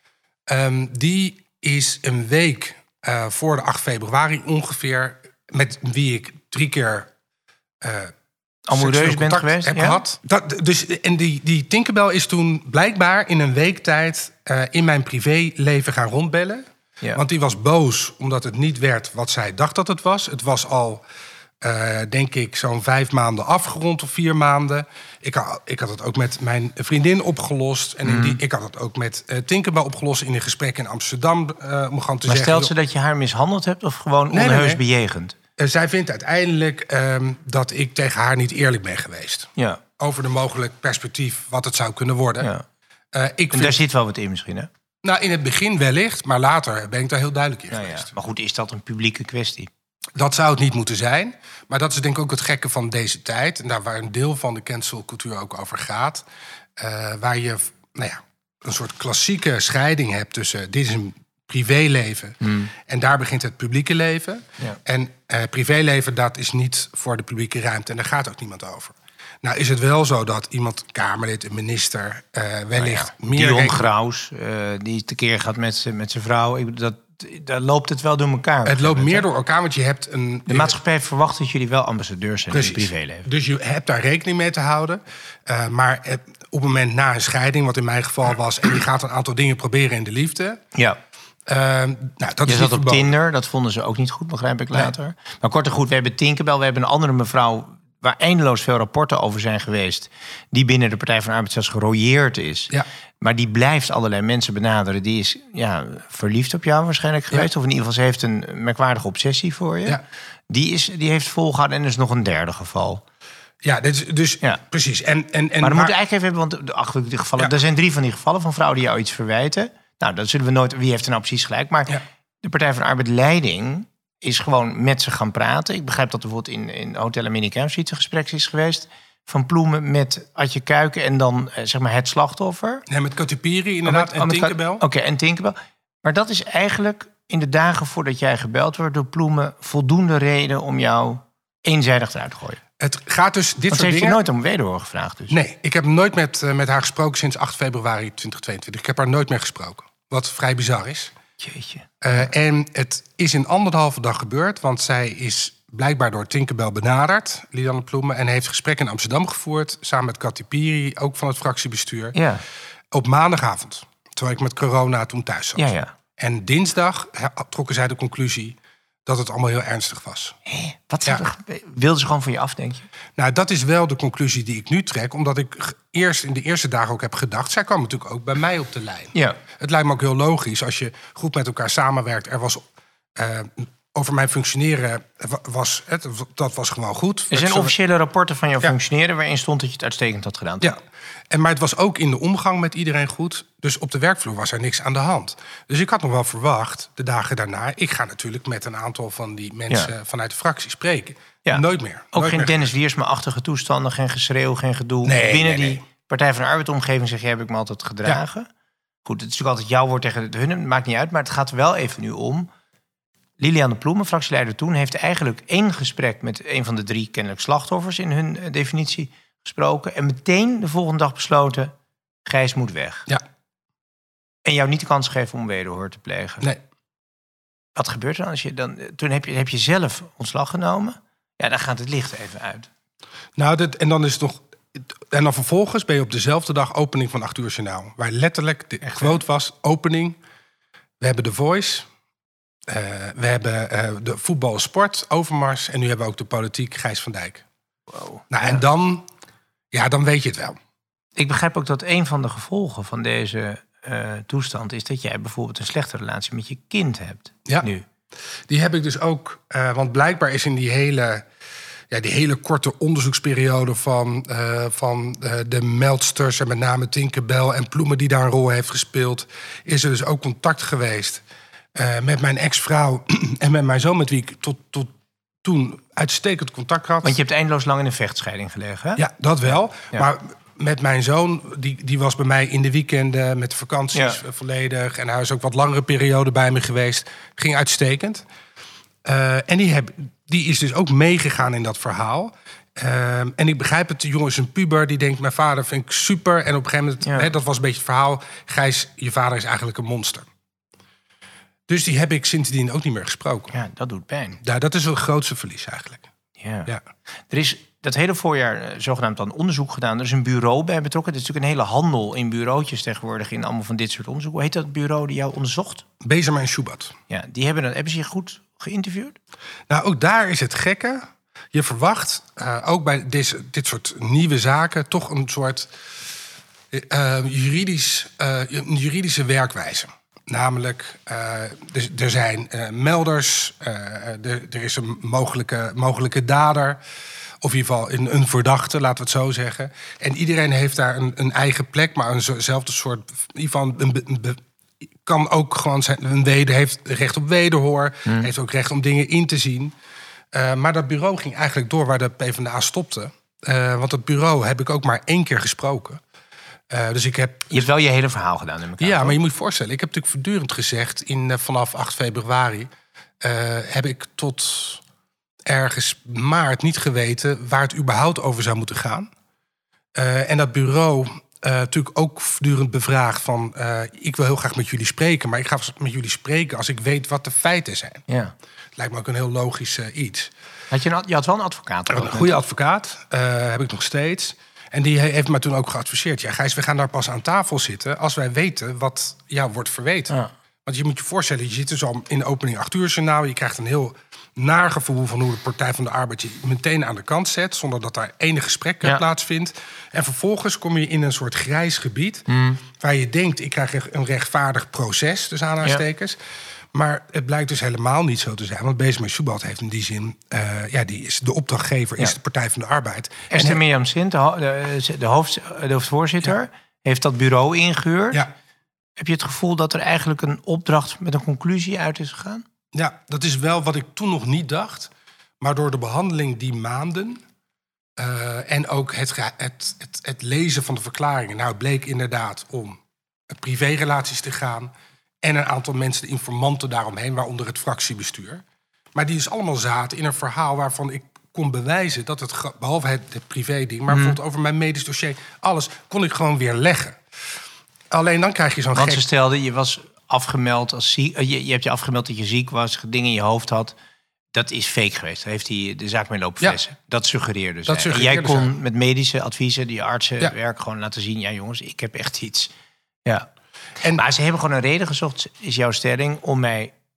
Um, die is een week uh, voor de acht februari ongeveer... met wie ik drie keer... Uh, Amoureus seksueel bent contact geweest, heb ja? gehad. Dat, dus, en die, die Tinkerbell is toen blijkbaar in een week tijd... Uh, in mijn privéleven gaan rondbellen. Ja. Want die was boos omdat het niet werd wat zij dacht dat het was. Het was al... Uh, denk ik, zo'n vijf maanden afgerond of vier maanden. Ik had, ik had het ook met mijn vriendin opgelost. En in die, ik had het ook met uh, Tinkerbell opgelost in een gesprek in Amsterdam. Uh, om gewoon te Maar zeggen, stelt ze dat je haar mishandeld hebt of gewoon Nee, nee, onheus nee. bejegend? Uh, zij vindt uiteindelijk um, dat ik tegen haar niet eerlijk ben geweest. Ja. Over de mogelijk perspectief wat het zou kunnen worden. ja. Uh, ik En vind, daar zit wel wat in misschien, hè? nou, in het begin wellicht, maar later ben ik daar heel duidelijk in Ja, ja. geweest. Maar goed, is dat een publieke kwestie? Dat zou het niet moeten zijn. Maar dat is denk ik ook het gekke van deze tijd. En daar waar een deel van de cancelcultuur ook over gaat. Uh, waar je nou ja, een soort klassieke scheiding hebt tussen... dit is een privéleven Hmm. en daar begint het publieke leven. Ja. En uh, privéleven, dat is niet voor de publieke ruimte. En daar gaat ook niemand over. Nou is het wel zo dat iemand, Kamerlid, een minister... Uh, wellicht Nou ja, meer... Dion reken- Graus, uh, die tekeer gaat met zijn met zijn vrouw. Ik, dat, daar loopt het wel door elkaar. Het loopt meer Hè? door elkaar, want je hebt een... De maatschappij verwacht dat jullie wel ambassadeurs zijn in het privéleven. Dus je hebt daar rekening mee te houden. Uh, maar het, op het moment na een scheiding, wat in mijn geval was... en je gaat een aantal dingen proberen in de liefde... Ja. Uh, nou, dat Je is zat niet op verboden. Tinder, dat vonden ze ook niet goed, begrijp ik later. Maar kort en goed, we hebben Tinkerbell, we hebben een andere mevrouw... waar eindeloos veel rapporten over zijn geweest... die binnen de Partij van de Arbeid zelfs gerooieerd is. Ja. Maar die blijft allerlei mensen benaderen. Die is ja, verliefd op jou waarschijnlijk geweest. Ja. Of in ieder geval, ze heeft een merkwaardige obsessie voor je. Ja. Die, is, die heeft volgehouden en er is nog een derde geval. Ja, dit is, dus Ja. precies. En, en, en Maar dan waar- moeten we eigenlijk even hebben, want de, ach, die gevallen, Ja. er zijn drie van die gevallen van vrouwen die jou iets verwijten. Nou, dat zullen we nooit. Wie heeft er nou precies gelijk? Maar Ja. de Partij van de Arbeid leiding is gewoon met ze gaan praten. Ik begrijp dat er bijvoorbeeld in, in Hotel Amerika zoiets een gesprek is geweest van Ploemen met Adje Kuiken en dan eh, zeg maar het slachtoffer. Nee, met Katipiri inderdaad Oh, en met- Tinkerbell. Oké, en Tinkerbell. Maar dat is eigenlijk in de dagen voordat jij gebeld wordt door Ploemen voldoende reden om jou eenzijdig eruit te gooien. Het gaat dus dit Want ze soort heeft je dingen... nooit om wederhoor gevraagd dus. Nee, ik heb nooit met, uh, met haar gesproken sinds acht februari tweeduizend tweeëntwintig. Ik heb haar nooit meer gesproken. Wat vrij bizar is. Jeetje. Uh, en het is in anderhalve dag gebeurd, want zij is blijkbaar door Tinkerbell benaderd, Lianne Ploemen, en heeft gesprekken in Amsterdam gevoerd, samen met Katipiri, ook van het fractiebestuur, Ja, op maandagavond, terwijl ik met corona toen thuis zat. ja, ja. En dinsdag he- trokken zij de conclusie dat het allemaal heel ernstig was. Hé, wat Ja. ja. er, wilden ze gewoon van je af, denk je? Nou, dat is wel de conclusie die ik nu trek. Omdat ik g- eerst in de eerste dagen ook heb gedacht... zij kwam natuurlijk ook bij mij op de lijn. Ja. Het lijkt me ook heel logisch als je goed met elkaar samenwerkt. Er was uh, over mijn functioneren, was, het, dat was gewoon goed. Er zijn Zo- officiële rapporten van jouw Ja. functioneren... waarin stond dat je het uitstekend had gedaan. Ja, en, maar het was ook in de omgang met iedereen goed. Dus op de werkvloer was er niks aan de hand. Dus ik had nog wel verwacht, de dagen daarna... ik ga natuurlijk met een aantal van die mensen Ja. vanuit de fractie spreken. Ja. Nooit meer. Ook Nooit geen meer. Dennis Wiersma-achtige toestanden, geen geschreeuw, geen gedoe. Nee, Binnen nee, die nee. Partij van de Arbeid-omgeving zeg je, heb ik me altijd gedragen. Goed, het is natuurlijk altijd jouw woord tegen de hunne, maakt niet uit. Maar het gaat er wel even nu om. Liliane Ploemen, fractieleider toen, heeft eigenlijk één gesprek... met een van de drie kennelijk slachtoffers in hun eh, definitie gesproken... en meteen de volgende dag besloten, Gijs moet weg. Ja, En jou niet de kans geven om wederhoor te plegen. nee. Wat gebeurt er dan als je dan... Toen heb je, heb je zelf ontslag genomen. Ja, dan gaat het licht even uit. Nou, dit, en dan is het nog... En dan vervolgens ben je op dezelfde dag opening van acht uur journaal. Waar letterlijk de Echt, quote was, opening. We hebben The Voice. Uh, we hebben uh, de voetbal, sport, Overmars. En nu hebben we ook de politiek, Gijs van Dijk. Wow. Nou, Ja. en dan... Ja, dan weet je het wel. Ik begrijp ook dat een van de gevolgen van deze uh, toestand... is dat jij bijvoorbeeld een slechte relatie met je kind hebt. Ja. Nu. Die heb ik dus ook... Uh, want blijkbaar is in die hele... Ja, die hele korte onderzoeksperiode van, uh, van uh, de meldsters... en met name Tinkerbell en Ploemen die daar een rol heeft gespeeld... is er dus ook contact geweest uh, met mijn ex-vrouw... en met mijn zoon, met wie ik tot, tot toen uitstekend contact had. Want je hebt eindeloos lang in een vechtscheiding gelegen, hè? Ja, dat wel. Ja. Maar met mijn zoon, die, die was bij mij in de weekenden... met de vakanties Ja. volledig. En hij is ook wat langere periode bij me geweest. Ging uitstekend. Uh, en die, heb, die is dus ook meegegaan in dat verhaal. Uh, en ik begrijp het, de jongen is een puber... die denkt, mijn vader vind ik super. En op een gegeven moment, Ja. hè, dat was een beetje het verhaal... Gijs, je vader is eigenlijk een monster. Dus die heb ik sindsdien ook niet meer gesproken. Ja, dat doet pijn. Ja, dat is het grootste verlies eigenlijk. Ja. Ja. Er is dat hele voorjaar uh, zogenaamd dan onderzoek gedaan. Er is een bureau bij betrokken. Er is natuurlijk een hele handel in bureautjes tegenwoordig... in allemaal van dit soort onderzoek. Hoe heet dat bureau die jou onderzocht? Bezema en Schubat. Ja, die hebben, dat, hebben ze je goed geïnterviewd? Nou, ook daar is het gekke. Je verwacht, uh, ook bij deze, dit soort nieuwe zaken... toch een soort uh, juridisch, uh, een juridische werkwijze. Namelijk, uh, er, er zijn uh, melders, uh, er, er is een mogelijke, mogelijke dader... of in ieder geval een, een verdachte, laten we het zo zeggen. En iedereen heeft daar een, een eigen plek... maar eenzelfde soort... in ieder geval een, een, een kan ook gewoon zijn... een weder heeft recht op wederhoor... Hmm. heeft ook recht om dingen in te zien... Uh, maar dat bureau ging eigenlijk door waar de PvdA stopte. Uh, want dat bureau heb ik ook maar één keer gesproken. Uh, dus ik heb... Je hebt wel je hele verhaal gedaan in elkaar. Ja, toch? maar je moet je voorstellen... ik heb natuurlijk voortdurend gezegd... In, uh, vanaf acht februari... Uh, heb ik tot ergens maart niet geweten... waar het überhaupt over zou moeten gaan. Uh, en dat bureau... Uh, natuurlijk ook voortdurend bevraagd van... Uh, ik wil heel graag met jullie spreken... maar ik ga met jullie spreken als ik weet wat de feiten zijn. Ja. Lijkt me ook een heel logisch uh, iets. Had je, een, je had wel een advocaat. Een goede advocaat, uh, heb ik nog steeds. En die heeft me toen ook geadviseerd. Ja, Gijs, we gaan daar pas aan tafel zitten... als wij weten wat jou wordt verweten. Ja. Want je moet je voorstellen, je zit dus al in de opening acht uur journaal... je krijgt een heel naar gevoel van hoe de Partij van de Arbeid... je meteen aan de kant zet, zonder dat daar enig gesprek ja. plaatsvindt. En vervolgens kom je in een soort grijs gebied... Mm. waar je denkt, ik krijg een rechtvaardig proces, dus aanhalingstekens... Ja. Maar het blijkt dus helemaal niet zo te zijn. Want Bezema Schubat heeft in die zin... Uh, ja, die is de opdrachtgever, ja. is de Partij van de Arbeid. Esther Mirjam Sint, de, ho- de, de, hoofd, de hoofdvoorzitter... Ja. heeft dat bureau ingehuurd. Ja. Heb je het gevoel dat er eigenlijk een opdracht... met een conclusie uit is gegaan? Ja, dat is wel wat ik toen nog niet dacht. Maar door de behandeling die maanden... Uh, en ook het, het, het, het lezen van de verklaringen... nou, het bleek inderdaad om privérelaties te gaan... en een aantal mensen, de informanten daaromheen... waaronder het fractiebestuur. Maar die dus allemaal zaten in een verhaal waarvan ik kon bewijzen... dat het, behalve het, het privé-ding... maar hmm. bijvoorbeeld over mijn medisch dossier... alles kon ik gewoon weer leggen. Alleen dan krijg je zo'n Want gek... ze stelden, je was afgemeld als ziek... Je, je hebt je afgemeld dat je ziek was, dingen in je hoofd had... Dat is fake geweest. Daar heeft hij de zaak mee lopen flessen. Ja. Dat suggereerde ze. Dat suggereerde en jij kon zij. met medische adviezen, die artsen ja. werk gewoon laten zien... ja jongens, ik heb echt iets. Ja. En, maar ze hebben gewoon een reden gezocht, is jouw stelling... om mij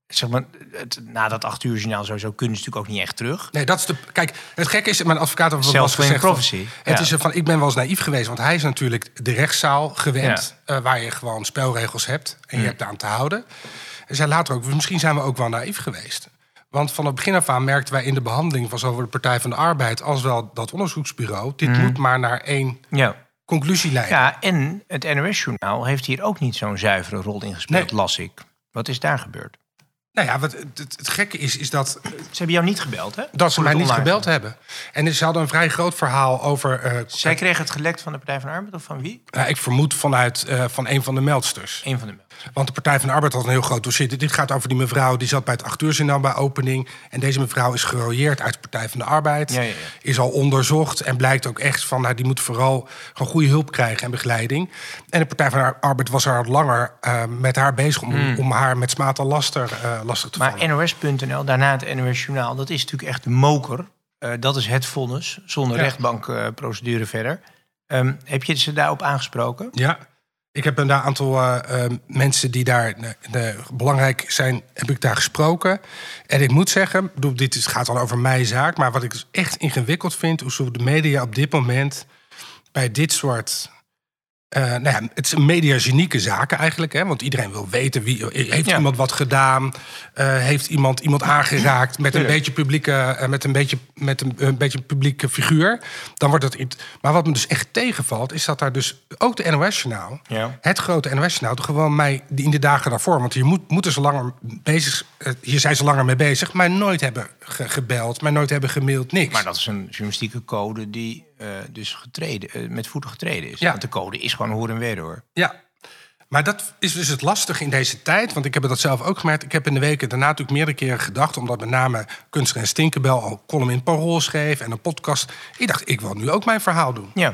zeg maar, het, na dat acht uur journaal sowieso kunnen ze natuurlijk ook niet echt terug. Nee, dat is de. Kijk, het gekke is, mijn advocaat heeft wel eens gezegd. Prophecy. Van, het ja. is van, ik ben wel eens naïef geweest, want hij is natuurlijk de rechtszaal gewend, ja. uh, waar je gewoon spelregels hebt en mm. je hebt aan te houden. En zei later ook, misschien zijn we ook wel naïef geweest. Want van het begin af aan merkten wij in de behandeling van zowel de Partij van de Arbeid als wel dat onderzoeksbureau, dit mm. moet maar naar één ja. conclusie leiden. Ja, en het N O S-journaal heeft hier ook niet zo'n zuivere rol in gespeeld, nee. las ik. Wat is daar gebeurd? Nou ja, wat het, het gekke is, is dat... Ze hebben jou niet gebeld, hè? Dat ze mij niet gebeld hebben. En ze hadden een vrij groot verhaal over... Uh, Zij kregen het gelekt van de Partij van de Arbeid of van wie? Uh, ik vermoed vanuit uh, van een van de meldsters. Een van de meldsters. Want de Partij van de Arbeid had een heel groot dossier. Dit gaat over die mevrouw, die zat bij het acht uur journaal bij opening. En deze mevrouw is gerooieerd uit de Partij van de Arbeid. Ja, ja, ja. Is al onderzocht en blijkt ook echt van... Nou, die moet vooral gewoon goede hulp krijgen en begeleiding. En de Partij van de Arbeid was er al langer uh, met haar bezig... om, hmm. om haar met smaad al laster, uh, lastig te maar vallen. N O S punt N L, daarna het N O S-journaal, dat is natuurlijk echt de moker. Uh, dat is het vonnis, zonder ja. rechtbankprocedure uh, verder. Um, heb je ze daarop aangesproken? Ja. Ik heb een aantal uh, uh, mensen die daar uh, uh, belangrijk zijn, heb ik daar gesproken. En ik moet zeggen, bedoel, dit is, gaat dan over mijn zaak... maar wat ik dus echt ingewikkeld vind... is hoe de media op dit moment bij dit soort... Uh, nou ja, het is een mediagenieke zaken eigenlijk, hè? Want iedereen wil weten wie heeft ja. iemand wat gedaan, uh, heeft iemand iemand aangeraakt met een ja. beetje publieke, uh, met een beetje met een, een beetje publieke figuur. Dan wordt het. Maar wat me dus echt tegenvalt, is dat daar dus ook de N O S-journaal, ja. het grote N O S-journaal, gewoon mij in de dagen daarvoor, want hier moet, moeten ze langer bezig, uh, hier zijn ze langer mee bezig, maar nooit hebben ge- gebeld, maar nooit hebben gemaild, niks. Maar dat is een journalistieke code die uh, dus getreden, uh, met voeten getreden is. Ja. Want de code is gewoon hoor en wederhoor. Ja, maar dat is dus het lastige in deze tijd. Want ik heb dat zelf ook gemerkt. Ik heb in de weken daarna natuurlijk meerdere keren gedacht... omdat met name Kunstler en Stinkerbell al column in Parool schreef... en een podcast. Ik dacht, ik wil nu ook mijn verhaal doen. Ja.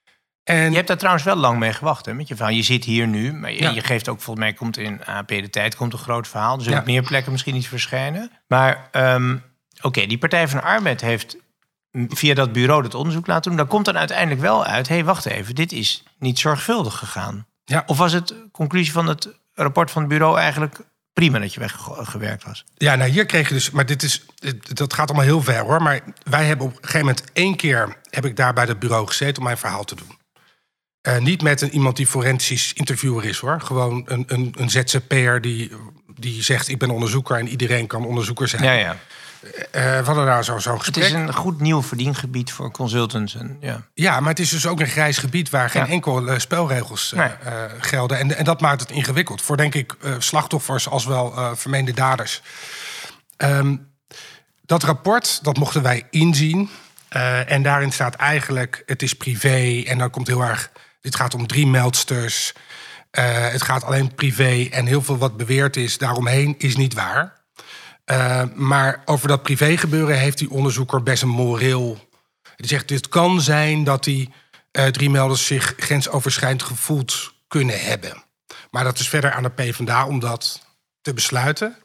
En je hebt daar trouwens wel lang mee gewacht, hè, met je verhaal. Je zit hier nu, maar je, ja. je geeft ook... volgens mij komt in A P De Tijd komt een groot verhaal. Er zullen ja. op meer plekken misschien iets verschijnen. Maar um, oké, okay, die Partij van de Arbeid heeft... via dat bureau dat onderzoek laten doen... dan komt dan uiteindelijk wel uit... hé, hey, wacht even, dit is niet zorgvuldig gegaan. Ja. Of was het conclusie van het rapport van het bureau eigenlijk... prima dat je weggewerkt was? Ja, nou hier kreeg je dus... maar dit is, dat gaat allemaal heel ver, hoor. Maar wij hebben op een gegeven moment... één keer heb ik daar bij het bureau gezeten om mijn verhaal te doen. Uh, niet met een, iemand die forensisch interviewer is, hoor. Gewoon een, een, een Z Z P'er die, die zegt... ik ben onderzoeker en iedereen kan onderzoeker zijn. Ja, ja. Uh, we hadden daar zo, zo'n gesprek. Het is een goed nieuw verdiengebied voor consultants. En, ja. ja, maar het is dus ook een grijs gebied... waar geen ja. enkel uh, spelregels uh, nee. uh, gelden. En, en dat maakt het ingewikkeld. Voor, denk ik, uh, slachtoffers als wel uh, vermeende daders. Um, dat rapport, dat mochten wij inzien. Uh, en daarin staat eigenlijk, het is privé. En dan komt heel erg... dit gaat om drie meldsters. Uh, het gaat alleen privé. En heel veel wat beweerd is daaromheen is niet waar... Uh, maar over dat privégebeuren heeft die onderzoeker best een moreel... Die zegt, het kan zijn dat die uh, drie melders zich grensoverschrijdend gevoeld kunnen hebben. Maar dat is verder aan de PvdA om dat te besluiten.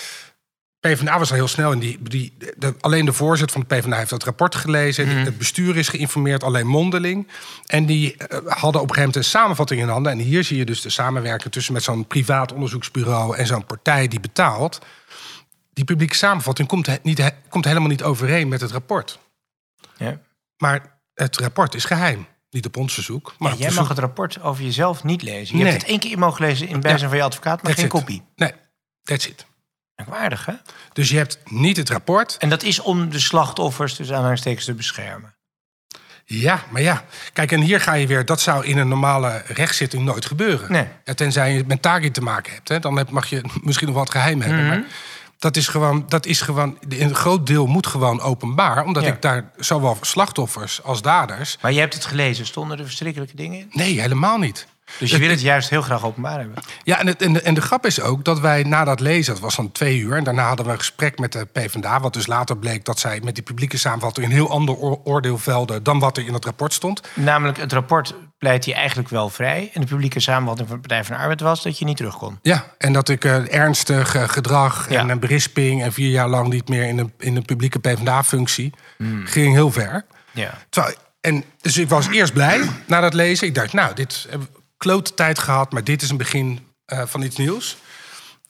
PvdA was al heel snel in die... die de, alleen de voorzitter van de PvdA heeft dat rapport gelezen. Mm. Het bestuur is geïnformeerd, alleen mondeling. En die uh, hadden op een gegeven moment een samenvatting in handen. En hier zie je dus de samenwerking tussen met zo'n privaat onderzoeksbureau... en zo'n partij die betaalt... Die publieke samenvatting komt, niet, komt helemaal niet overeen met het rapport. Ja. Maar het rapport is geheim. Niet op ons verzoek. Maar ja, jij mag het rapport over jezelf niet lezen. Je nee. hebt het één keer mogen lezen in bijzijn ja. van je advocaat, maar that's geen it. kopie. Nee, that's it. Merkwaardig, hè? Dus je hebt niet het rapport. En dat is om de slachtoffers, dus aanhalingstekens, te beschermen. Ja, maar ja. Kijk, en hier ga je weer... dat zou in een normale rechtszitting nooit gebeuren. Nee. Ja, tenzij je met Taghi te maken hebt. Hè. Dan mag je misschien nog wat geheim hebben. Mm-hmm. Maar dat is gewoon... dat is gewoon een groot deel moet gewoon openbaar. Omdat ja. ik daar zowel slachtoffers als daders... Maar je hebt het gelezen. Stonden er verschrikkelijke dingen in? Nee, helemaal niet. Dus je wil het juist heel graag openbaar hebben? Ja, en, het, en, de, en de grap is ook dat wij na dat lezen... dat was dan twee uur... en daarna hadden we een gesprek met de PvdA... wat dus later bleek dat zij met die publieke samenvatting... een heel ander oor- oordeel velden dan wat er in het rapport stond. Namelijk, het rapport pleit je eigenlijk wel vrij... en de publieke samenvatting van de Partij van de Arbeid was... dat je niet terug kon. Ja, en dat ik uh, ernstig uh, gedrag ja. en een berisping... en vier jaar lang niet meer in een, in een publieke PvdA-functie... Hmm. ging heel ver. Ja. Terwijl, en, dus ik was eerst blij na dat lezen. Ik dacht, nou, dit... klote tijd gehad, maar dit is een begin uh, van iets nieuws.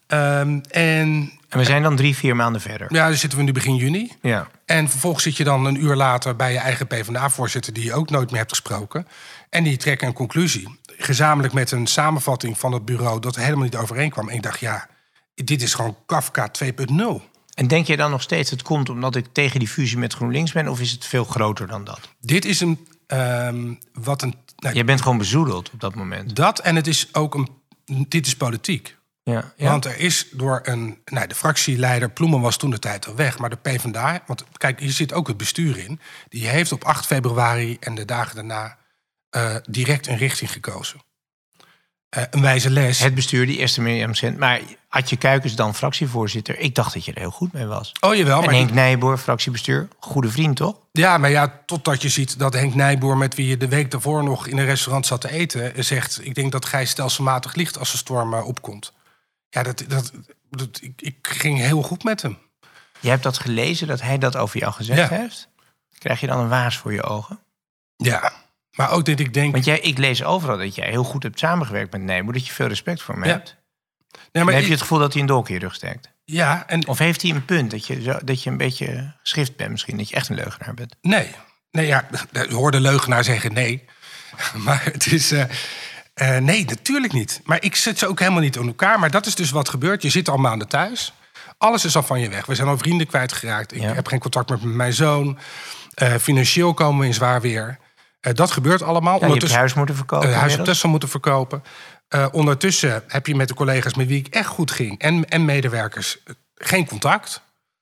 Um, en, en we zijn dan drie, vier maanden verder. Ja, dan zitten we nu begin juni. Ja. En vervolgens zit je dan een uur later bij je eigen PvdA-voorzitter... die je ook nooit meer hebt gesproken. En die trekken een conclusie. Gezamenlijk met een samenvatting van het bureau... dat er helemaal niet overeenkwam. En ik dacht, ja, dit is gewoon Kafka twee punt nul. En denk je dan nog steeds, het komt omdat ik tegen die fusie met GroenLinks ben... of is het veel groter dan dat? Dit is een... Um, wat een nou, je bent gewoon bezoedeld op dat moment. Dat en het is ook een... Dit is politiek. Ja, ja. Want er is door een... Nou, de fractieleider Ploemen was toen de tijd al weg. Maar de PvdA... Want kijk, hier zit ook het bestuur in. Die heeft op acht februari en de dagen daarna... Uh, direct een richting gekozen. Uh, een wijze les. Het bestuur, die eerste Mirjam Cent. Maar Adje Kuikens dan fractievoorzitter. Ik dacht dat je er heel goed mee was. Oh, jawel. En maar Henk Nijboer, fractiebestuur. Goede vriend, toch? Ja, maar ja, totdat je ziet dat Henk Nijboer... met wie je de week daarvoor nog in een restaurant zat te eten... zegt, ik denk dat Gijs stelselmatig liegt als de storm uh, opkomt. Ja, dat, dat, dat, ik, ik ging heel goed met hem. Je hebt dat gelezen, dat hij dat over jou gezegd ja. heeft? Krijg je dan een waas voor je ogen? Ja, maar ook dat ik denk... Want jij, ik lees overal dat jij heel goed hebt samengewerkt met Nijboer... dat je veel respect voor hem ja. hebt. Nee, maar heb ik... je het gevoel dat hij een dolk in je rug steekt? Ja, en... Of heeft hij een punt dat je, zo, dat je een beetje geschift bent misschien? Dat je echt een leugenaar bent? Nee, nee ja, je hoorde leugenaar zeggen nee. Maar het is... Uh, uh, nee, natuurlijk niet. Maar ik zit ze ook helemaal niet aan elkaar. Maar dat is dus wat gebeurt. Je zit al maanden thuis. Alles is al van je weg. We zijn al vrienden kwijtgeraakt. Ik ja. heb geen contact meer met mijn zoon. Uh, financieel komen we in zwaar weer. Uh, dat gebeurt allemaal. Ja, je hebt huis moeten verkopen. Uh, huis op Texel moeten verkopen. Uh, ondertussen heb je met de collega's met wie ik echt goed ging... en, en medewerkers uh, geen contact.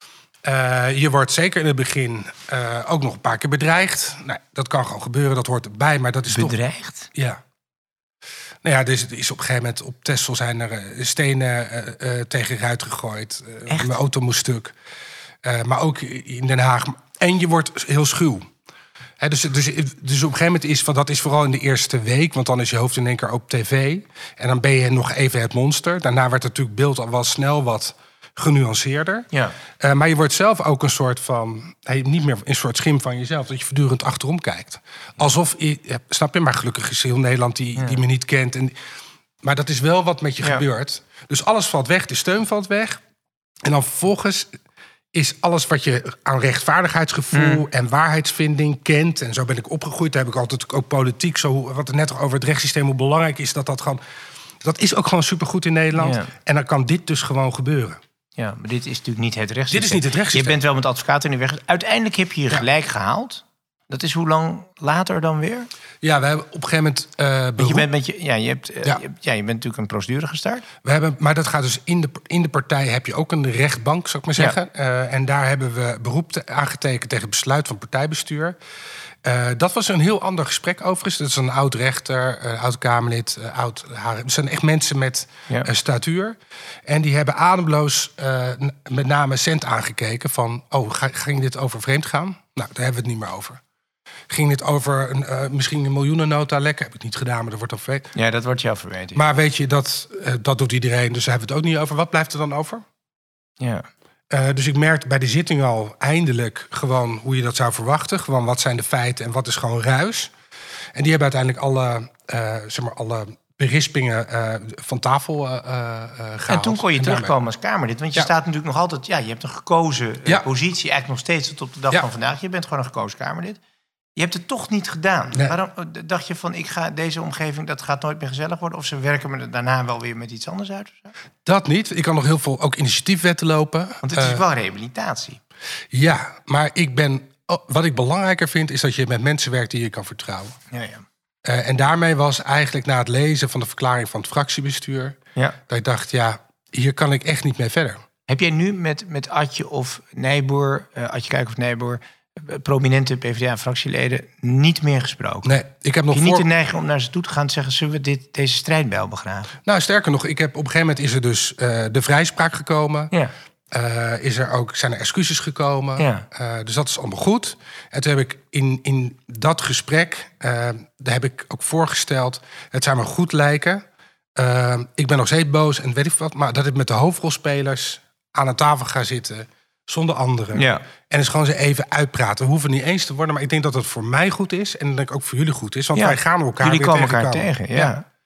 Uh, je wordt zeker in het begin uh, ook nog een paar keer bedreigd. Nou, dat kan gewoon gebeuren, dat hoort erbij. Maar dat is bedreigd? Toch, ja. Nou ja, dus is op een gegeven moment op Texel zijn er uh, stenen uh, uh, tegen ruit gegooid. Uh, mijn auto moest stuk. Uh, maar ook in Den Haag. En je wordt heel schuw. He, dus, dus, dus op een gegeven moment is van dat is vooral in de eerste week, want dan is je hoofd in één keer op tv. En dan ben je nog even het monster. Daarna werd natuurlijk beeld al wel snel wat genuanceerder. Ja. Uh, maar je wordt zelf ook een soort van, hey, niet meer een soort schim van jezelf, dat je voortdurend achterom kijkt. Alsof, je, snap je, maar gelukkig is heel Nederland die, ja. die me niet kent. En, maar dat is wel wat met je ja. gebeurt. Dus alles valt weg, de steun valt weg. En dan vervolgens is alles wat je aan rechtvaardigheidsgevoel mm. en waarheidsvinding kent. En zo ben ik opgegroeid. Daar heb ik altijd ook politiek. Zo, wat er net over het rechtssysteem, hoe belangrijk is dat dat gewoon. Dat is ook gewoon supergoed in Nederland. Ja. En dan kan dit dus gewoon gebeuren. Ja, maar dit is natuurlijk niet het rechtssysteem. Dit is niet het rechtssysteem. Je bent wel met advocaten in de weg. Uiteindelijk heb je je ja. gelijk gehaald. Dat is hoe lang later dan weer? Ja, we hebben op een gegeven moment uh, beroep... je bent met je, ja, je hebt, uh, ja. Je, ja, je bent natuurlijk een procedure gestart. We hebben, maar dat gaat dus in de, in de partij heb je ook een rechtbank, zou ik maar zeggen. Ja. Uh, en daar hebben we beroep te, aangetekend tegen het besluit van partijbestuur. Uh, dat was een heel ander gesprek overigens. Dat is een oud rechter, uh, oud Kamerlid, uh, oud H R. Het zijn echt mensen met ja. uh, statuur. En die hebben ademloos uh, met name cent aangekeken van, oh, ga, ging dit over vreemd gaan? Nou, daar hebben we het niet meer over. Ging dit over een, uh, misschien een miljoenennota lekker? Heb ik niet gedaan, maar dat wordt al verweten. Ja, dat wordt jou verweten. Maar weet je, dat, uh, dat doet iedereen, dus daar hebben we het ook niet over. Wat blijft er dan over? Ja. Uh, dus ik merkte bij de zitting al eindelijk gewoon hoe je dat zou verwachten. Gewoon wat zijn de feiten en wat is gewoon ruis. En die hebben uiteindelijk alle, uh, zeg maar, alle berispingen uh, van tafel uh, uh, gehaald. En toen kon je en terugkomen daarmee. als Kamerlid. Want je Ja. staat natuurlijk nog altijd... Ja, je hebt een gekozen uh, Ja. positie, eigenlijk nog steeds tot op de dag Ja. van vandaag. Je bent gewoon een gekozen Kamerlid. Je hebt het toch niet gedaan. Nee. Waarom dacht je van, ik ga deze omgeving, dat gaat nooit meer gezellig worden? Of ze werken me er daarna wel weer met iets anders uit? Of zo? Dat niet. Ik kan nog heel veel ook initiatiefwetten lopen. Want het is Uh, wel rehabilitatie. Ja, maar ik ben, oh, wat ik belangrijker vind, is dat je met mensen werkt die je kan vertrouwen. Ja, ja. Uh, en daarmee was eigenlijk na het lezen van de verklaring van het fractiebestuur, Ja. dat ik dacht, ja, hier kan ik echt niet mee verder. Heb jij nu met, met Adje of Nijboer, uh, Adje Kuik of Nijboer, uh, prominente PvdA-fractieleden niet meer gesproken? Nee, ik heb nog Heb je voor... niet de neiging om naar ze toe te gaan en zeggen, zullen we dit, deze strijdbijl begraven? Nou, sterker nog, ik heb op een gegeven moment is er dus uh, de vrijspraak gekomen. Ja. Uh, is er ook, zijn er excuses gekomen. Ja. Uh, dus dat is allemaal goed. En toen heb ik in, in dat gesprek, uh, daar heb ik ook voorgesteld, het zou me goed lijken. Uh, ik ben nog steeds boos en weet ik wat, maar dat ik met de hoofdrolspelers aan een tafel ga zitten zonder anderen. Ja. En eens gewoon ze even uitpraten. We hoeven niet eens te worden, maar ik denk dat het voor mij goed is en dat het ook voor jullie goed is. Want Ja. wij gaan elkaar Jullie weer komen elkaar tegenkomen. tegen, ja.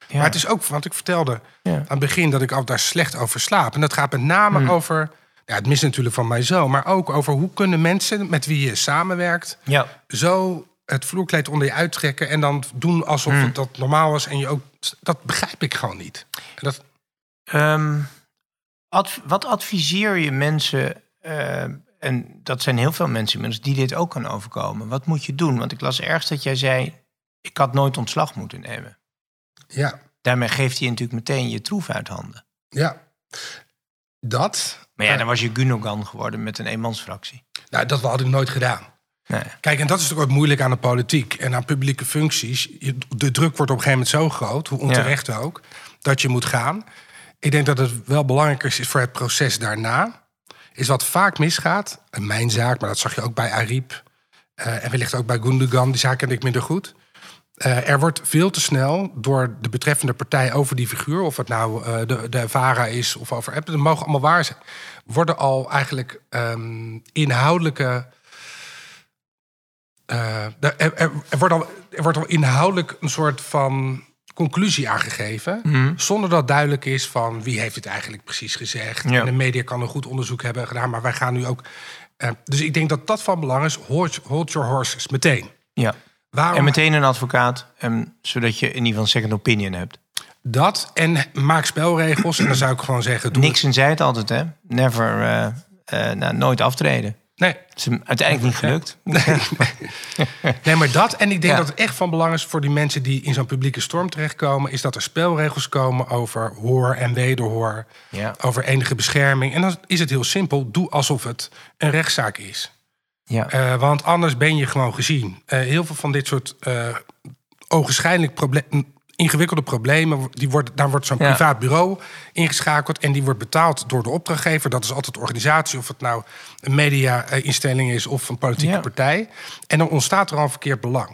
Ja. Maar het is ook, want ik vertelde ja. aan het begin dat ik altijd daar slecht over slaap. En dat gaat met name hmm. over, ja, het mis natuurlijk van mij zo, maar ook over hoe kunnen mensen met wie je samenwerkt ja. zo het vloerkleed onder je uittrekken en dan doen alsof hmm. het dat normaal was en je ook, dat begrijp ik gewoon niet. En dat... um, adv- wat adviseer je mensen? Uh, en dat zijn heel veel mensen inmiddels die dit ook kan overkomen. Wat moet je doen? Want ik las ergens dat jij zei, ik had nooit ontslag moeten nemen. Ja. Daarmee geeft hij natuurlijk meteen je troef uit handen. Ja, dat. Maar ja, dan was je Gundogan geworden met een eenmansfractie. Nou, dat had ik nooit gedaan. Nee. Kijk, en dat is natuurlijk ook moeilijk aan de politiek en aan publieke functies. De druk wordt op een gegeven moment zo groot, hoe onterecht ja. ook, dat je moet gaan. Ik denk dat het wel belangrijker is voor het proces daarna. Is wat vaak misgaat, in mijn zaak, maar dat zag je ook bij Ariep. Uh, en wellicht ook bij Gundogan, die zaak ken ik minder goed. Uh, er wordt veel te snel door de betreffende partij over die figuur, of het nou uh, de, de VARA is of over Apple, dat mogen allemaal waar zijn. Worden al eigenlijk um, inhoudelijke. Uh, er, er, er, wordt al, er wordt al inhoudelijk een soort van conclusie aangegeven, mm-hmm. zonder dat duidelijk is van wie heeft het eigenlijk precies gezegd. Ja. En de media kan een goed onderzoek hebben gedaan, maar wij gaan nu ook. Uh, dus ik denk dat dat van belang is. Hold, hold your horses meteen. Ja. Waarom? En meteen een advocaat, um, zodat je in ieder geval een second opinion hebt. Dat en maak spelregels. En dan zou ik gewoon zeggen. Doe Nixon het. zei het altijd, hè? Never, uh, uh, nou, nooit aftreden. Nee. Het is hem uiteindelijk niet gelukt. Nee, nee. nee, maar dat. En ik denk ja. dat het echt van belang is voor die mensen die in zo'n publieke storm terechtkomen, is dat er spelregels komen over hoor en wederhoor. Ja. Over enige bescherming. En dan is het heel simpel. Doe alsof het een rechtszaak is. Ja. Uh, want anders ben je gewoon gezien. Uh, heel veel van dit soort uh, ogenschijnlijk proble- ingewikkelde problemen, die worden, daar wordt zo'n ja. privaat bureau ingeschakeld en die wordt betaald door de opdrachtgever. Dat is altijd de organisatie, of het nou een media-instelling is of een politieke ja. partij. En dan ontstaat er al een verkeerd belang.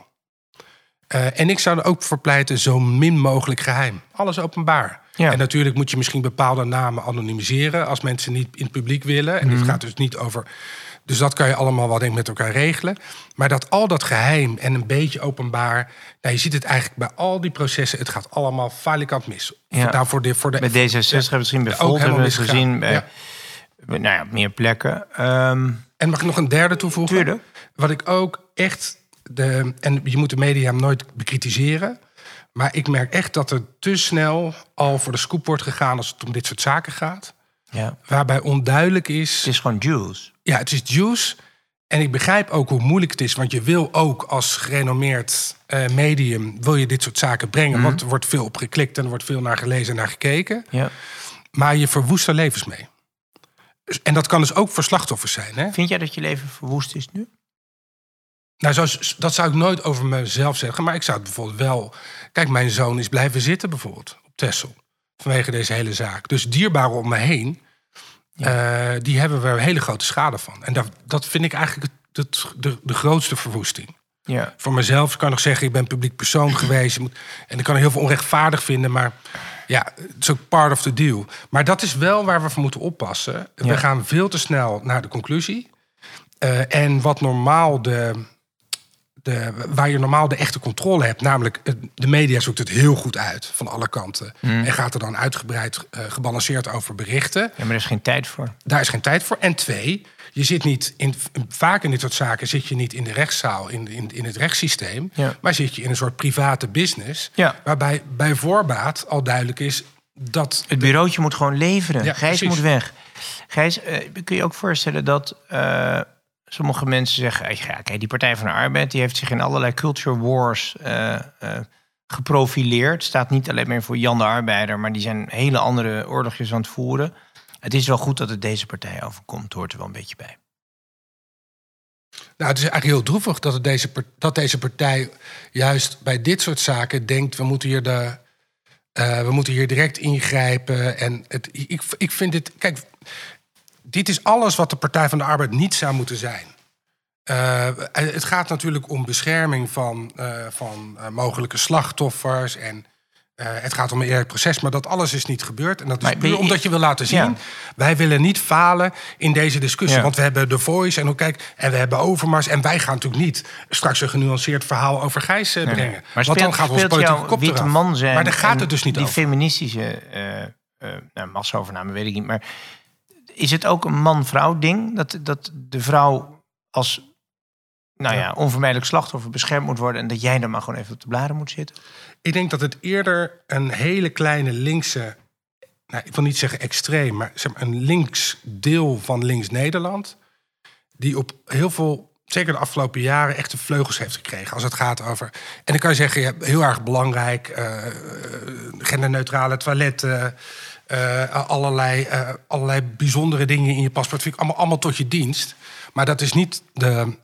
Uh, en ik zou er ook voor pleiten zo min mogelijk geheim. Alles openbaar. Ja. En natuurlijk moet je misschien bepaalde namen anonimiseren als mensen niet in het publiek willen. En mm. dit gaat dus niet over. Dus dat kan je allemaal wel denk ik met elkaar regelen. Maar dat al dat geheim en een beetje openbaar. Nou, je ziet het eigenlijk bij al die processen. Het gaat allemaal falikant mis. Ja. Nou, voor de, voor de, bij D zesenzestig hebben we het gezien, bij Volt hebben we het gezien. Bij, ja. nou ja, op meer plekken. Um, en mag ik nog een derde toevoegen? Tuurlijk. Wat ik ook echt. De, en je moet de media nooit bekritiseren. Maar ik merk echt dat er te snel al voor de scoop wordt gegaan als het om dit soort zaken gaat. Ja. Waarbij onduidelijk is. Het is gewoon juice. Ja, het is juice. En ik begrijp ook hoe moeilijk het is. Want je wil ook als gerenommeerd uh, medium wil je dit soort zaken brengen. Mm-hmm. Want er wordt veel op geklikt en er wordt veel naar gelezen en naar gekeken. Ja. Maar je verwoest er levens mee. En dat kan dus ook voor slachtoffers zijn. Hè? Vind jij dat je leven verwoest is nu? Nou, zo, dat zou ik nooit over mezelf zeggen. Maar ik zou het bijvoorbeeld wel. Kijk, mijn zoon is blijven zitten bijvoorbeeld op Texel. Vanwege deze hele zaak. Dus dierbaren om me heen. Ja. Uh, die hebben we een hele grote schade van. En dat, dat vind ik eigenlijk het, het, de, de grootste verwoesting. Ja. Voor mezelf kan ik nog zeggen, ik ben publiek persoon geweest. En ik kan er heel veel onrechtvaardig vinden. Maar ja, het is ook part of the deal. Maar dat is wel waar we voor moeten oppassen. Ja. We gaan veel te snel naar de conclusie. Uh, en wat normaal de... De, waar je normaal de echte controle hebt. Namelijk, de media zoekt het heel goed uit van alle kanten. Mm. En gaat er dan uitgebreid uh, gebalanceerd over berichten. Ja, maar er is geen tijd voor. Daar is geen tijd voor. En twee, je zit niet in, vaak in dit soort zaken zit je niet in de rechtszaal, in, in, in het rechtssysteem. Ja. Maar zit je in een soort private business. Ja. Waarbij bij voorbaat al duidelijk is dat. Het bureautje moet gewoon leveren. Ja, Gijs precies. moet weg. Gijs, uh, kun je ook voorstellen dat. Uh, Sommige mensen zeggen, ja, kijk, die Partij van de Arbeid die heeft zich in allerlei culture wars uh, uh, geprofileerd. Staat niet alleen maar voor Jan de Arbeider, maar die zijn hele andere oorlogjes aan het voeren. Het is wel goed dat het deze partij overkomt, hoort er wel een beetje bij. Nou, het is eigenlijk heel droevig dat, het deze, dat deze partij juist bij dit soort zaken denkt, we moeten hier, de, uh, we moeten hier direct ingrijpen. En het, ik, ik vind dit, kijk. Dit is alles wat de Partij van de Arbeid niet zou moeten zijn. Uh, het gaat natuurlijk om bescherming van, uh, van uh, mogelijke slachtoffers. En Uh, het gaat om een eerlijk proces, maar dat alles is niet gebeurd. En dat is maar puur je, omdat je wil laten zien... Ja. wij willen niet falen in deze discussie. Ja. Want we hebben The Voice en, kijk, en we hebben Overmars... en wij gaan natuurlijk niet straks een genuanceerd verhaal over Gijs uh, brengen. Nee. Maar want dan gaat ons politieke kop witte eraf. Man zijn, maar daar gaat het dus niet die over. Die feministische uh, uh, nou, machtsovername, weet ik niet. Maar is het ook een man-vrouw ding? Dat, dat de vrouw als... nou ja, onvermijdelijk slachtoffer beschermd moet worden... en dat jij dan maar gewoon even op de blaren moet zitten? Ik denk dat het eerder een hele kleine linkse... nou, ik wil niet zeggen extreem... maar zeg maar een links deel van links-Nederland... die op heel veel, zeker de afgelopen jaren... echt de vleugels heeft gekregen als het gaat over... en dan kan je zeggen, ja, heel erg belangrijk... Uh, genderneutrale toiletten... Uh, allerlei, uh, allerlei bijzondere dingen in je paspoort... vind ik allemaal, allemaal tot je dienst. Maar dat is niet de...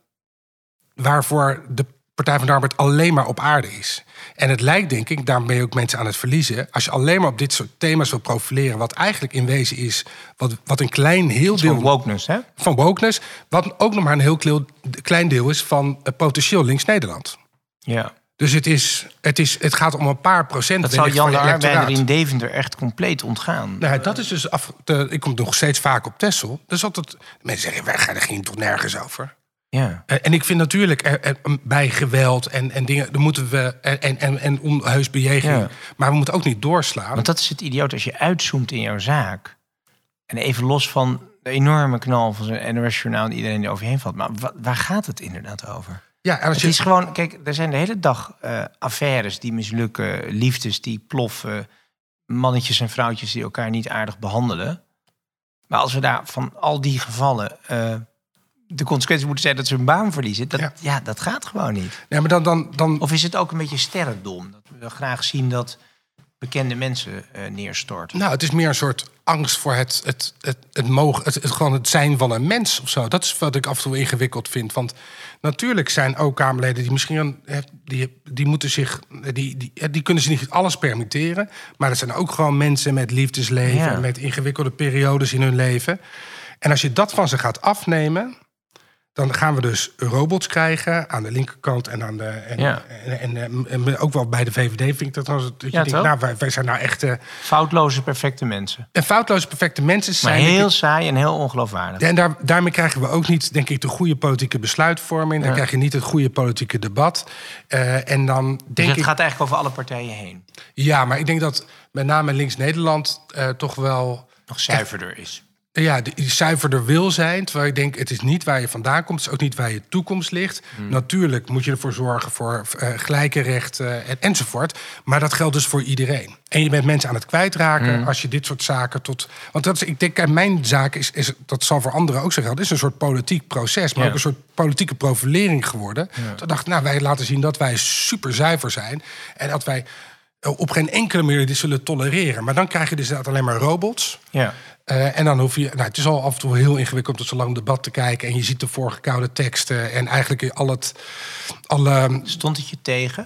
waarvoor de Partij van de Arbeid alleen maar op aarde is. En het lijkt, denk ik, daarom ben je ook mensen aan het verliezen... als je alleen maar op dit soort thema's wil profileren... wat eigenlijk in wezen is, wat, wat een klein heel deel... Van wokeness, hè? Van wokeness, wat ook nog maar een heel klein deel is... van uh, potentieel links-Nederland. Ja. Dus het, is, het, is, het gaat om een paar procent... Dat zou Jan de Arbeider in Deventer echt compleet ontgaan. Nou, dat is dus af, de, ik kom nog steeds vaak op Texel. Dus altijd, mensen zeggen, wij gaan er geen tot nergens over... Ja. En ik vind natuurlijk er, er, bij geweld en, en dingen, dan moeten we en, en, en onheus bejeging, ja. maar we moeten ook niet doorslaan. Want dat is het idioot als je uitzoomt in jouw zaak. En even los van de enorme knal van zo'n N O S-journaal die iedereen er overheen valt. Maar wa- waar gaat het inderdaad over? Ja, als het je... is gewoon, kijk, er zijn de hele dag uh, affaires die mislukken, liefdes die ploffen, mannetjes en vrouwtjes die elkaar niet aardig behandelen. Maar als we daar van al die gevallen Uh, de consequentie moeten zijn dat ze hun baan verliezen. Dat, ja. ja, dat gaat gewoon niet. Ja, maar dan, dan, dan... Of is het ook een beetje sterrendom? Dat we graag zien dat bekende mensen uh, neerstorten. Nou, het is meer een soort angst voor het, het, het, het, mogen, het, het, gewoon het zijn van een mens of zo. Dat is wat ik af en toe ingewikkeld vind. Want natuurlijk zijn ook Kamerleden die misschien... die, die moeten zich... Die, die, die kunnen zich niet alles permitteren. Maar dat zijn ook gewoon mensen met liefdesleven... Ja. met ingewikkelde periodes in hun leven. En als je dat van ze gaat afnemen... dan gaan we dus robots krijgen aan de linkerkant en aan de en, ja. en, en, en, en ook wel bij de V V D vind ik dat als dat je ja, denkt, nou wij, wij zijn nou echt uh, foutloze perfecte mensen. En foutloze perfecte mensen zijn maar heel ik, saai en heel ongeloofwaardig. En daar, daarmee krijgen we ook niet, denk ik, de goede politieke besluitvorming. Dan ja. krijg je niet het goede politieke debat. Uh, en dan denk dus het ik, gaat eigenlijk over alle partijen heen. Ja, maar ik denk dat met name links-Nederland uh, toch wel nog zuiverder echt, is. Ja, die zuiverder wil zijn. Terwijl ik denk, het is niet waar je vandaan komt. Het is ook niet waar je toekomst ligt. Hmm. Natuurlijk moet je ervoor zorgen voor uh, gelijke rechten en, enzovoort. Maar dat geldt dus voor iedereen. En je bent mensen aan het kwijtraken hmm. als je dit soort zaken tot... Want dat is, ik denk, mijn zaak is, is, dat zal voor anderen ook zo gelden... is een soort politiek proces, maar ja. ook een soort politieke profilering geworden. Ja. Toen dacht ik, nou, wij laten zien dat wij super zuiver zijn. En dat wij op geen enkele manier dit zullen tolereren. Maar dan krijg je dus alleen maar robots... Ja. Uh, en dan hoef je... Nou, het is al af en toe heel ingewikkeld om zo lang debat te kijken... en je ziet de voorgekoude teksten en eigenlijk al het... Alle... Stond het je tegen?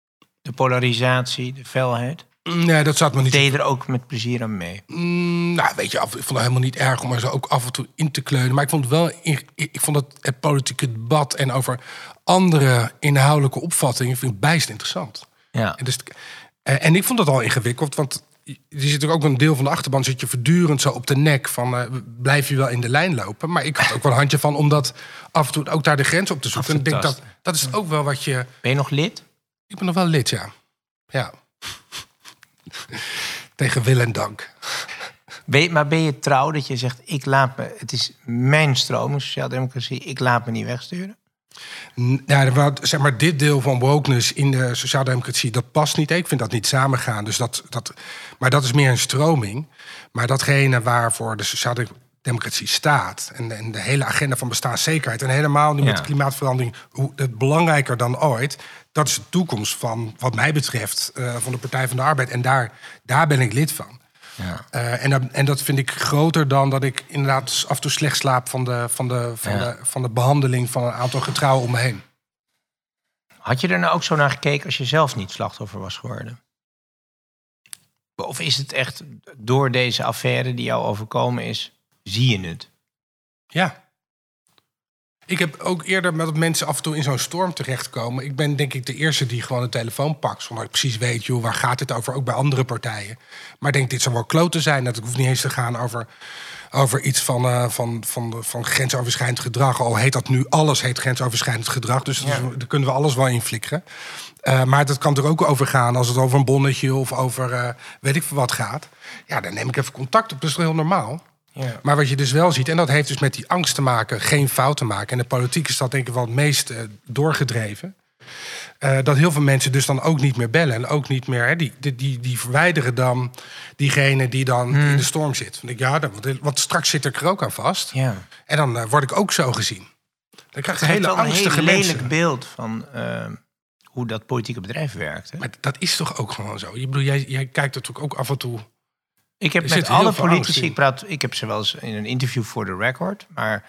De polarisatie, de felheid? Nee, dat zat me niet... Deed je er ook met plezier aan mee? Mm, nou, weet je, ik vond het helemaal niet erg om er zo ook af en toe in te kleunen. Maar ik vond het wel... Ik vond het, het politieke debat en over andere inhoudelijke opvattingen... vind ik bijst interessant. Ja. En, dus, uh, en ik vond het al ingewikkeld, want... Je zit er ook een deel van de achterban, zit je voortdurend zo op de nek van uh, blijf je wel in de lijn lopen. Maar ik had ook wel een handje van om dat af en toe ook daar de grens op te zoeken. En ik denk dat dat is ook wel wat je. Ben je nog lid? Ik ben nog wel lid, ja. Ja. Tegen wil en dank. Ben je, maar ben je trouw dat je zegt, ik laat me, het is mijn stroming, sociaaldemocratie, ik laat me niet wegsturen? Ja, zeg maar, dit deel van wokeness in de sociaaldemocratie, dat past niet. Ik vind dat niet samengaan. Dus dat, dat, maar dat is meer een stroming. Maar datgene waarvoor de sociaaldemocratie staat... en, en de hele agenda van bestaanszekerheid... en helemaal nu ja. met de klimaatverandering... Hoe, het belangrijker dan ooit... dat is de toekomst van, wat mij betreft... Uh, van de Partij van de Arbeid. En daar, daar ben ik lid van. Ja. Uh, en, dat, en dat vind ik groter dan dat ik inderdaad af en toe slecht slaap... van de, van de, van ja. de, van de behandeling van een aantal getrouwen om me heen. Had je er nou ook zo naar gekeken als je zelf niet slachtoffer was geworden? Of is het echt door deze affaire die jou overkomen is, zie je het? Ja. Ik heb ook eerder met dat mensen af en toe in zo'n storm terechtkomen. Ik ben denk ik de eerste die gewoon de telefoon pakt. Zonder ik precies weet, joh, waar gaat dit over? Ook bij andere partijen. Maar ik denk, dit zou wel kloten zijn. Dat het hoeft niet eens te gaan over, over iets van, uh, van, van, van grensoverschrijdend gedrag. Al heet dat nu, alles heet grensoverschrijdend gedrag. Dus ja. daar kunnen we alles wel in flikkeren. Uh, maar dat kan er ook over gaan als het over een bonnetje of over uh, weet ik veel wat gaat. Ja, dan neem ik even contact op. Dat is wel heel normaal. Ja. Maar wat je dus wel ziet, en dat heeft dus met die angst te maken, geen fout te maken. En de politiek is dat denk ik wel het meest uh, doorgedreven. Uh, dat heel veel mensen dus dan ook niet meer bellen. En ook niet meer, hè, die, die, die, die verwijderen dan diegene die dan hmm. in de storm zit. Want, ik, ja, dat, want straks zit ik er ook aan vast. Ja. En dan uh, word ik ook zo gezien. Dan krijg je hele angstige mensen. Een lelijk beeld van uh, hoe dat politieke bedrijf werkt. Hè? Maar dat is toch ook gewoon zo? Je bedoel, jij, jij kijkt natuurlijk ook af en toe. Ik heb met alle politici, ik, praat, ik heb ze wel eens in een interview voor de record, maar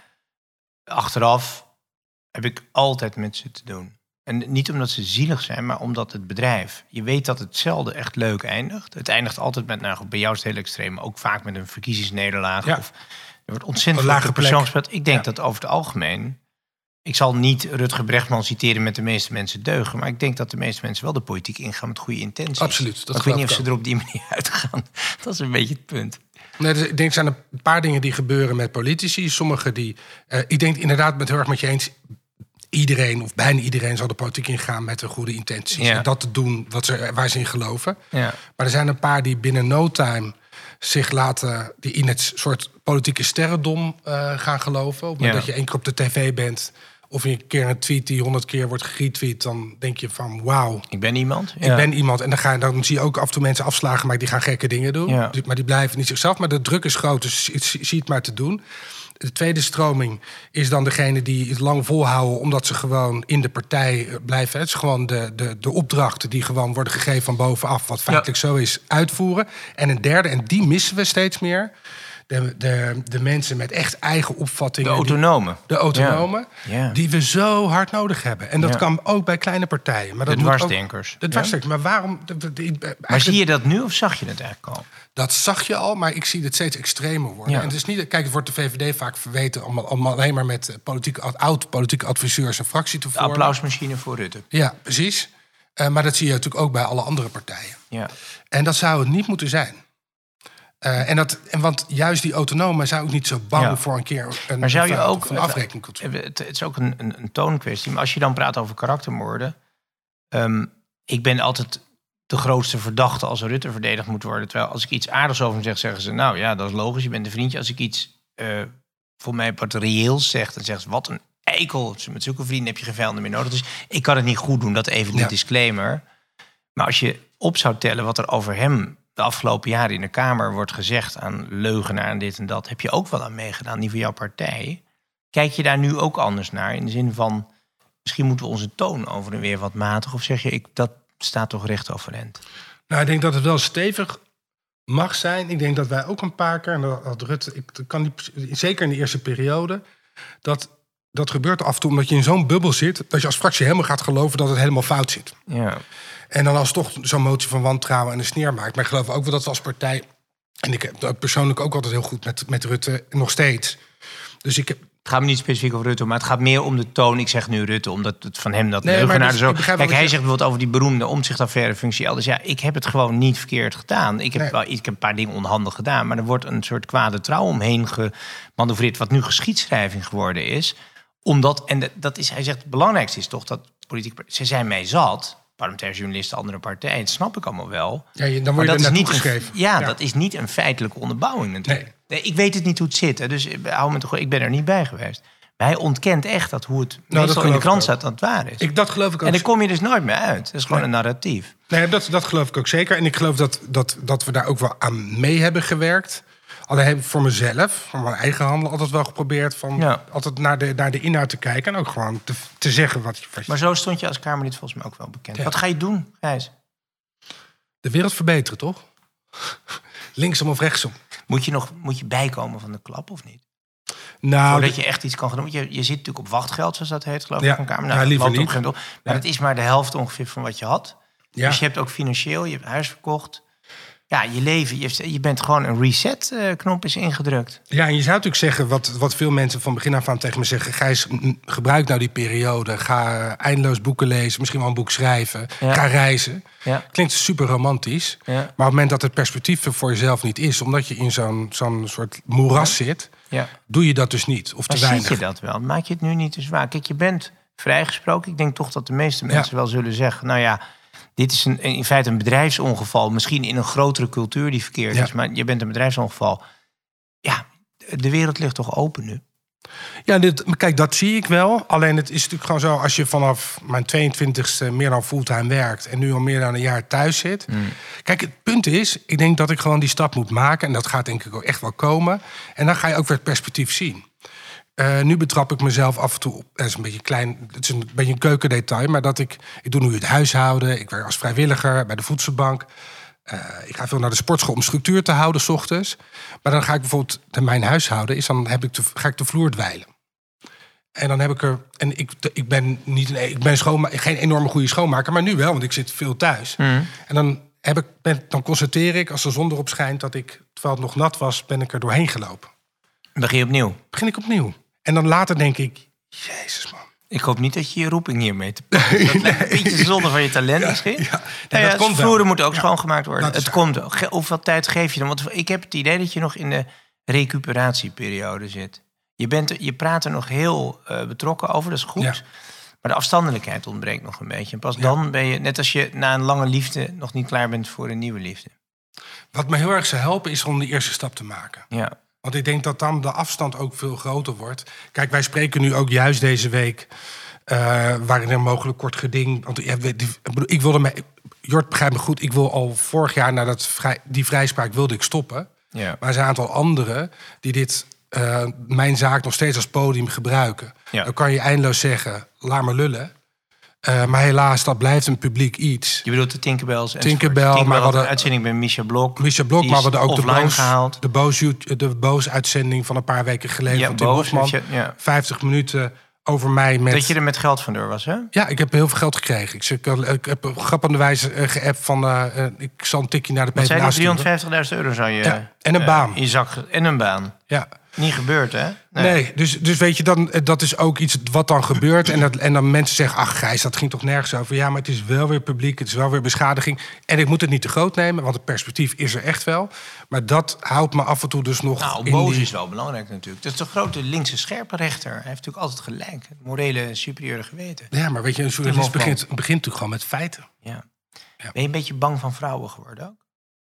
achteraf heb ik altijd met ze te doen. En niet omdat ze zielig zijn, maar omdat het bedrijf, je weet dat het zelden echt leuk eindigt. Het eindigt altijd met, nou bij jou is het heel extreem, maar ook vaak met een verkiezingsnederlaag. Ja. Of er wordt ontzettend veel de persoon gespeeld. Ik denk ja. dat over het algemeen, ik zal niet Rutger Bregman citeren met de meeste mensen deugen, maar ik denk dat de meeste mensen wel de politiek ingaan met goede intenties. Absoluut. Dat ik weet niet of ze er op die manier uitgaan. Dat is een beetje het punt. Nee, dus ik denk, er zijn een paar dingen die gebeuren met politici. Sommige die, uh, ik denk inderdaad met heel erg met je eens, iedereen of bijna iedereen zal de politiek ingaan met de goede intenties. Ja. En dat te doen wat ze, waar ze in geloven. Ja. Maar er zijn een paar die binnen no time zich laten, die in het soort politieke sterrendom uh, gaan geloven. Op het moment ja. dat je één keer op de tv bent, of je een keer een tweet die honderd keer wordt geretweet, dan denk je van wauw. Ik ben iemand. Ja. Ik ben iemand. En dan, ga je, dan zie je ook af en toe mensen afslagen, maar die gaan gekke dingen doen. Ja. Maar die blijven niet zichzelf. Maar de druk is groot, dus zie het maar te doen. De tweede stroming is dan degene die het lang volhouden, omdat ze gewoon in de partij blijven. Het is gewoon de, de, de opdrachten die gewoon worden gegeven van bovenaf, wat feitelijk ja. zo is, uitvoeren. En een derde, en die missen we steeds meer, De, de, de mensen met echt eigen opvattingen. De autonomen. Die, de autonomen, ja. Ja. die we zo hard nodig hebben. En dat ja. kan ook bij kleine partijen. Maar dat de dwarsdenkers. Ook, de dwarsdenkers. Ja. Maar waarom... De, de, de, maar zie je dat nu of zag je het eigenlijk al? Dat zag je al, maar ik zie het steeds extremer worden. Ja. En het is niet, kijk, het wordt de V V D vaak verweten om, om alleen maar met politiek, oud-politieke adviseurs een fractie te vormen. De applausmachine voor Rutte. Ja, precies. Uh, maar dat zie je natuurlijk ook bij alle andere partijen. Ja. En dat zou het niet moeten zijn. Uh, en dat, en want juist die autonomen zou ook niet zo bang ja. voor een keer een, maar zou je een, ook, een afrekeningcultuur. Het, het is ook een, een, een toonkwestie. Maar als je dan praat over karaktermoorden, Um, ik ben altijd de grootste verdachte als Rutte verdedigd moet worden. Terwijl als ik iets aardigs over hem zeg, zeggen ze, nou ja, dat is logisch, je bent een vriendje. Als ik iets uh, voor mij wat reëels zeg, dan zeggen ze, wat een eikel. Met zulke vrienden heb je geen vijanden meer nodig. Dus ik kan het niet goed doen, dat even die ja. disclaimer. Maar als je op zou tellen wat er over hem de afgelopen jaren in de Kamer wordt gezegd aan leugenaar en dit en dat, heb je ook wel aan meegedaan, niet voor jouw partij. Kijk je daar nu ook anders naar? In de zin van, misschien moeten we onze toon over en weer wat matig, of zeg je, ik, dat staat toch recht overeind? Nou, ik denk dat het wel stevig mag zijn. Ik denk dat wij ook een paar keer, en dat had Rutte, ik kan niet, zeker in de eerste periode, dat dat gebeurt af en toe omdat je in zo'n bubbel zit, dat je als fractie helemaal gaat geloven dat het helemaal fout zit. Ja. En dan als toch zo'n motie van wantrouwen en een sneer maakt. Maar ik geloof ook wel dat we als partij, en ik heb dat persoonlijk ook altijd heel goed met, met Rutte, nog steeds. Dus ik heb, het gaat me niet specifiek over Rutte, maar het gaat meer om de toon. Ik zeg nu Rutte, omdat het van hem dat nee, leugenaar dus, zo. Kijk, hij zegt bijvoorbeeld over die beroemde omzichtaffaire functie elders. Ja, ik heb het gewoon niet verkeerd gedaan. Ik heb, nee. wel, ik heb een paar dingen onhandig gedaan, maar er wordt een soort kwade trouw omheen gemanoeuvreerd, wat nu geschiedschrijving geworden is. Omdat, en dat is, hij zegt, het belangrijkste is toch dat politieke, ze zijn mij zat, parlementaire journalisten, andere partijen, dat snap ik allemaal wel. Ja, dan word je er naartoe geschreven. Ja, ja, dat is niet een feitelijke onderbouwing natuurlijk. Nee. Nee, ik weet het niet hoe het zit, hè, dus hou me toch, ik ben er niet bij geweest. Maar hij ontkent echt dat hoe het nou, meestal in de krant staat dat het waar is. Ik, dat geloof ik ook. En daar kom je dus nooit meer uit. Dat is gewoon nee. een narratief. Nee, dat, dat geloof ik ook zeker. En ik geloof dat, dat, dat we daar ook wel aan mee hebben gewerkt. Alleen heb ik voor mezelf, van mijn eigen handel, altijd wel geprobeerd van ja. altijd naar de, naar de inhoud te kijken. En ook gewoon te, te zeggen wat je... Maar zo stond je als Kamerlid volgens mij ook wel bekend. Ja. Wat ga je doen, Gijs? De wereld verbeteren, toch? Linksom of rechtsom. Moet je nog moet je bijkomen van de klap of niet? Nou, Voordat je echt iets kan gaan doen. Je, je zit natuurlijk op wachtgeld, zoals dat heet, geloof ik, ja, van Kamer. Nou, ja, liever niet. Op, maar ja. het is maar de helft ongeveer van wat je had. Ja. Dus je hebt ook financieel, je hebt huis verkocht. ja, je leven, je, je bent gewoon een reset-knop is ingedrukt. Ja, en je zou natuurlijk zeggen, wat, wat veel mensen van begin af aan tegen me zeggen... Gijs, gebruik nou die periode. Ga eindeloos boeken lezen, misschien wel een boek schrijven. Ja. Ga reizen. Ja. Klinkt super romantisch. Ja. Maar op het moment dat het perspectief voor jezelf niet is... omdat je in zo'n, zo'n soort moeras ja. zit, ja. doe je dat dus niet. Of maar te weinig. Zie je dat wel? Maak je het nu niet te zwaar? Kijk, je bent vrijgesproken. Ik denk toch dat de meeste mensen ja. wel zullen zeggen... nou ja, dit is een, in feite een bedrijfsongeval. Misschien in een grotere cultuur die verkeerd ja. is. Maar je bent een bedrijfsongeval. Ja, de wereld ligt toch open nu? Ja, dit, kijk, dat zie ik wel. Alleen het is natuurlijk gewoon zo... als je vanaf mijn tweeëntwintigste meer dan fulltime werkt... en nu al meer dan een jaar thuis zit. Mm. Kijk, het punt is... ik denk dat ik gewoon die stap moet maken. En dat gaat denk ik ook echt wel komen. En dan ga je ook weer het perspectief zien. Uh, nu betrap ik mezelf af en toe op. Dat is een beetje klein, het is een beetje een keukendetail, maar dat ik, ik doe nu het huishouden. Ik werk als vrijwilliger bij de voedselbank. Uh, ik ga veel naar de sportschool om structuur te houden 's ochtends. Maar dan ga ik bijvoorbeeld mijn huishouden is dan heb ik de, ga ik de vloer dweilen. En dan heb ik er en ik, ik ben niet een, ik ben schoonma, geen enorme goede schoonmaker, maar nu wel, want ik zit veel thuis. Mm. En dan heb ik ben, dan constateer ik als de zon erop schijnt dat ik, terwijl het nog nat was, ben ik er doorheen gelopen. Begin je opnieuw? Begin ik opnieuw. En dan later denk ik, jezus man. Ik hoop niet dat je je roeping hiermee te pakken. Dat nee. lijkt een beetje zonde van je talent misschien. Ja, ja. Nee, ja, ja, vloeren moeten ook ja. schoongemaakt worden. Het waar. komt. Hoeveel tijd geef je dan? Want ik heb het idee dat je nog in de recuperatieperiode zit. Je, bent, je praat er nog heel uh, betrokken over, dat is goed. Ja. Maar de afstandelijkheid ontbreekt nog een beetje. En pas ja. dan ben je, net als je na een lange liefde... nog niet klaar bent voor een nieuwe liefde. Wat me heel erg zou helpen is om die eerste stap te maken. Ja. Want ik denk dat dan de afstand ook veel groter wordt. Kijk, wij spreken nu ook juist deze week... Uh, waarin er mogelijk kort geding... Want ja, ik wilde me... Jort, begrijp me goed, ik wil al vorig jaar... na dat vrij, die vrijspraak wilde ik stoppen. Ja. Maar er zijn een aantal anderen die dit... Uh, mijn zaak nog steeds als podium gebruiken. Ja. Dan kan je eindeloos zeggen, laat maar lullen... Uh, maar helaas, dat blijft een publiek iets. Je bedoelt de Tinkerbells en Tinkerbell, maar we hadden een uitzending met Misha Blok. Misha Blok, maar we hadden ook de Boos, gehaald. de Boos, de Boos uitzending van een paar weken geleden ja, van Tim Boos, Hofman. Je, ja. vijftig minuten over mij met... Dat je er met geld vandoor was, hè? Ja, ik heb heel veel geld gekregen. Ik, ik, ik heb grappenderwijs uh, geappt van... Uh, uh, ik zal een tikje naar de P v d A sturen. driehonderdvijftigduizend euro zou je... Ja, en een uh, baan. In je zak, en een baan. Ja. Niet gebeurd, hè? Nee, nee dus, dus weet je, dan, dat is ook iets wat dan gebeurt. En, dat, en dan mensen zeggen, ach Gijs, dat ging toch nergens over. Ja, maar het is wel weer publiek, het is wel weer beschadiging. En ik moet het niet te groot nemen, want het perspectief is er echt wel. Maar dat houdt me af en toe dus nog... Nou, Boos die... is wel belangrijk natuurlijk. Dat is de grote linkse scherpe rechter. Hij heeft natuurlijk altijd gelijk. Het morele superieure geweten. Ja, maar weet je, een journalist begint, begint natuurlijk gewoon met feiten. Ja. Ja. Ben je een beetje bang van vrouwen geworden ook?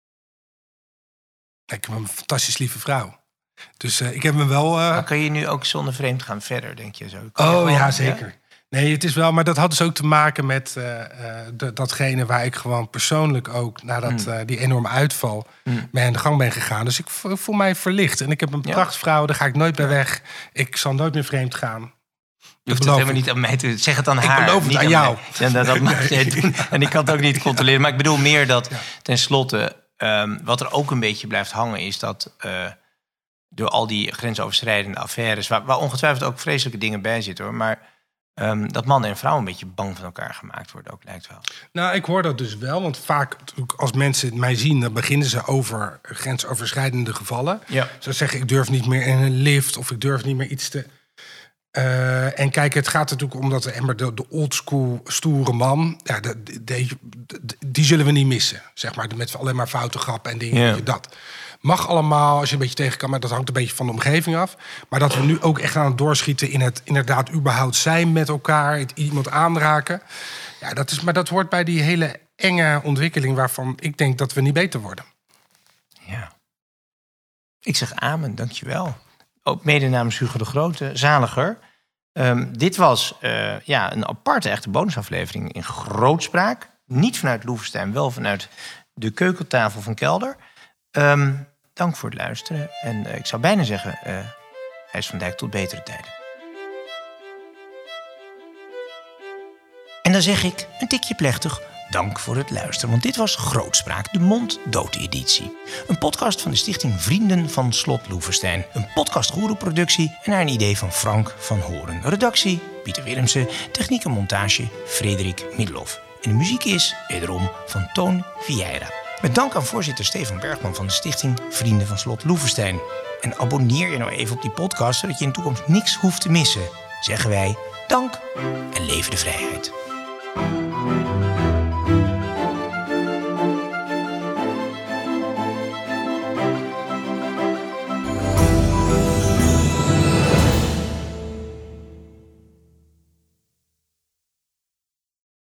Ik heb een fantastisch lieve vrouw. Dus uh, ik heb me wel... Uh... Maar kan je nu ook zonder vreemd gaan verder, denk je zo? Kan oh, je ja, zeker. Ja? Nee, het is wel... Maar dat had dus ook te maken met uh, uh, de, datgene waar ik gewoon persoonlijk ook... nadat mm. uh, die enorme uitval mm. mee aan de gang ben gegaan. Dus ik voel mij verlicht. En ik heb een ja. prachtvrouw, daar ga ik nooit bij weg. Ik zal nooit meer vreemd gaan. Je hoeft het helemaal niet aan mij te... Zeg het aan haar. Ik beloof het niet aan, aan jou. Ja, dat, dat mag jij doen. En ik kan het ook niet controleren. Maar ik bedoel meer dat ja. tenslotte... Um, wat er ook een beetje blijft hangen is dat... Uh, door al die grensoverschrijdende affaires... Waar, waar ongetwijfeld ook vreselijke dingen bij zitten, hoor. Maar um, dat mannen en vrouwen een beetje bang van elkaar gemaakt worden ook, lijkt wel. Nou, ik hoor dat dus wel. Want vaak, als mensen mij zien... dan beginnen ze over grensoverschrijdende gevallen. Ja. Ze zeggen, ik durf niet meer in een lift... of ik durf niet meer iets te... Uh, en kijk, het gaat natuurlijk om dat de, de oldschool stoere man... Ja, de, de, de, de, die zullen we niet missen, zeg maar. Met alleen maar foute grappen en dingen, yeah. dat... Mag allemaal, als je een beetje tegen kan, maar dat hangt een beetje van de omgeving af. Maar dat we nu ook echt aan het doorschieten in het inderdaad überhaupt zijn met elkaar, het iemand aanraken. Ja, dat is, maar dat hoort bij die hele enge ontwikkeling waarvan ik denk dat we niet beter worden. Ja. Ik zeg amen, dankjewel. Ook mede namens Hugo de Grote, zaliger. Um, dit was uh, ja, een aparte echte bonusaflevering in grootspraak. Niet vanuit Loevestein, wel vanuit de keukentafel van Kelder. Um, Dank voor het luisteren. En uh, ik zou bijna zeggen, uh, Gijs van Dijk, tot betere tijden. En dan zeg ik, een tikje plechtig, dank voor het luisteren. Want dit was Grootspraak, de monddood-editie. Een podcast van de stichting Vrienden van Slot Loevestein. Een podcast-goeroe-productie en naar een idee van Frank van Horen. Redactie, Pieter Willemsen. Techniek en montage, Frederik Middelhoff. En de muziek is, wederom, van Toon Vieira. Met dank aan voorzitter Stefan Bergman van de stichting Vrienden van Slot Loevestein. En abonneer je nou even op die podcast, zodat je in de toekomst niks hoeft te missen. Zeggen wij dank en leven de vrijheid.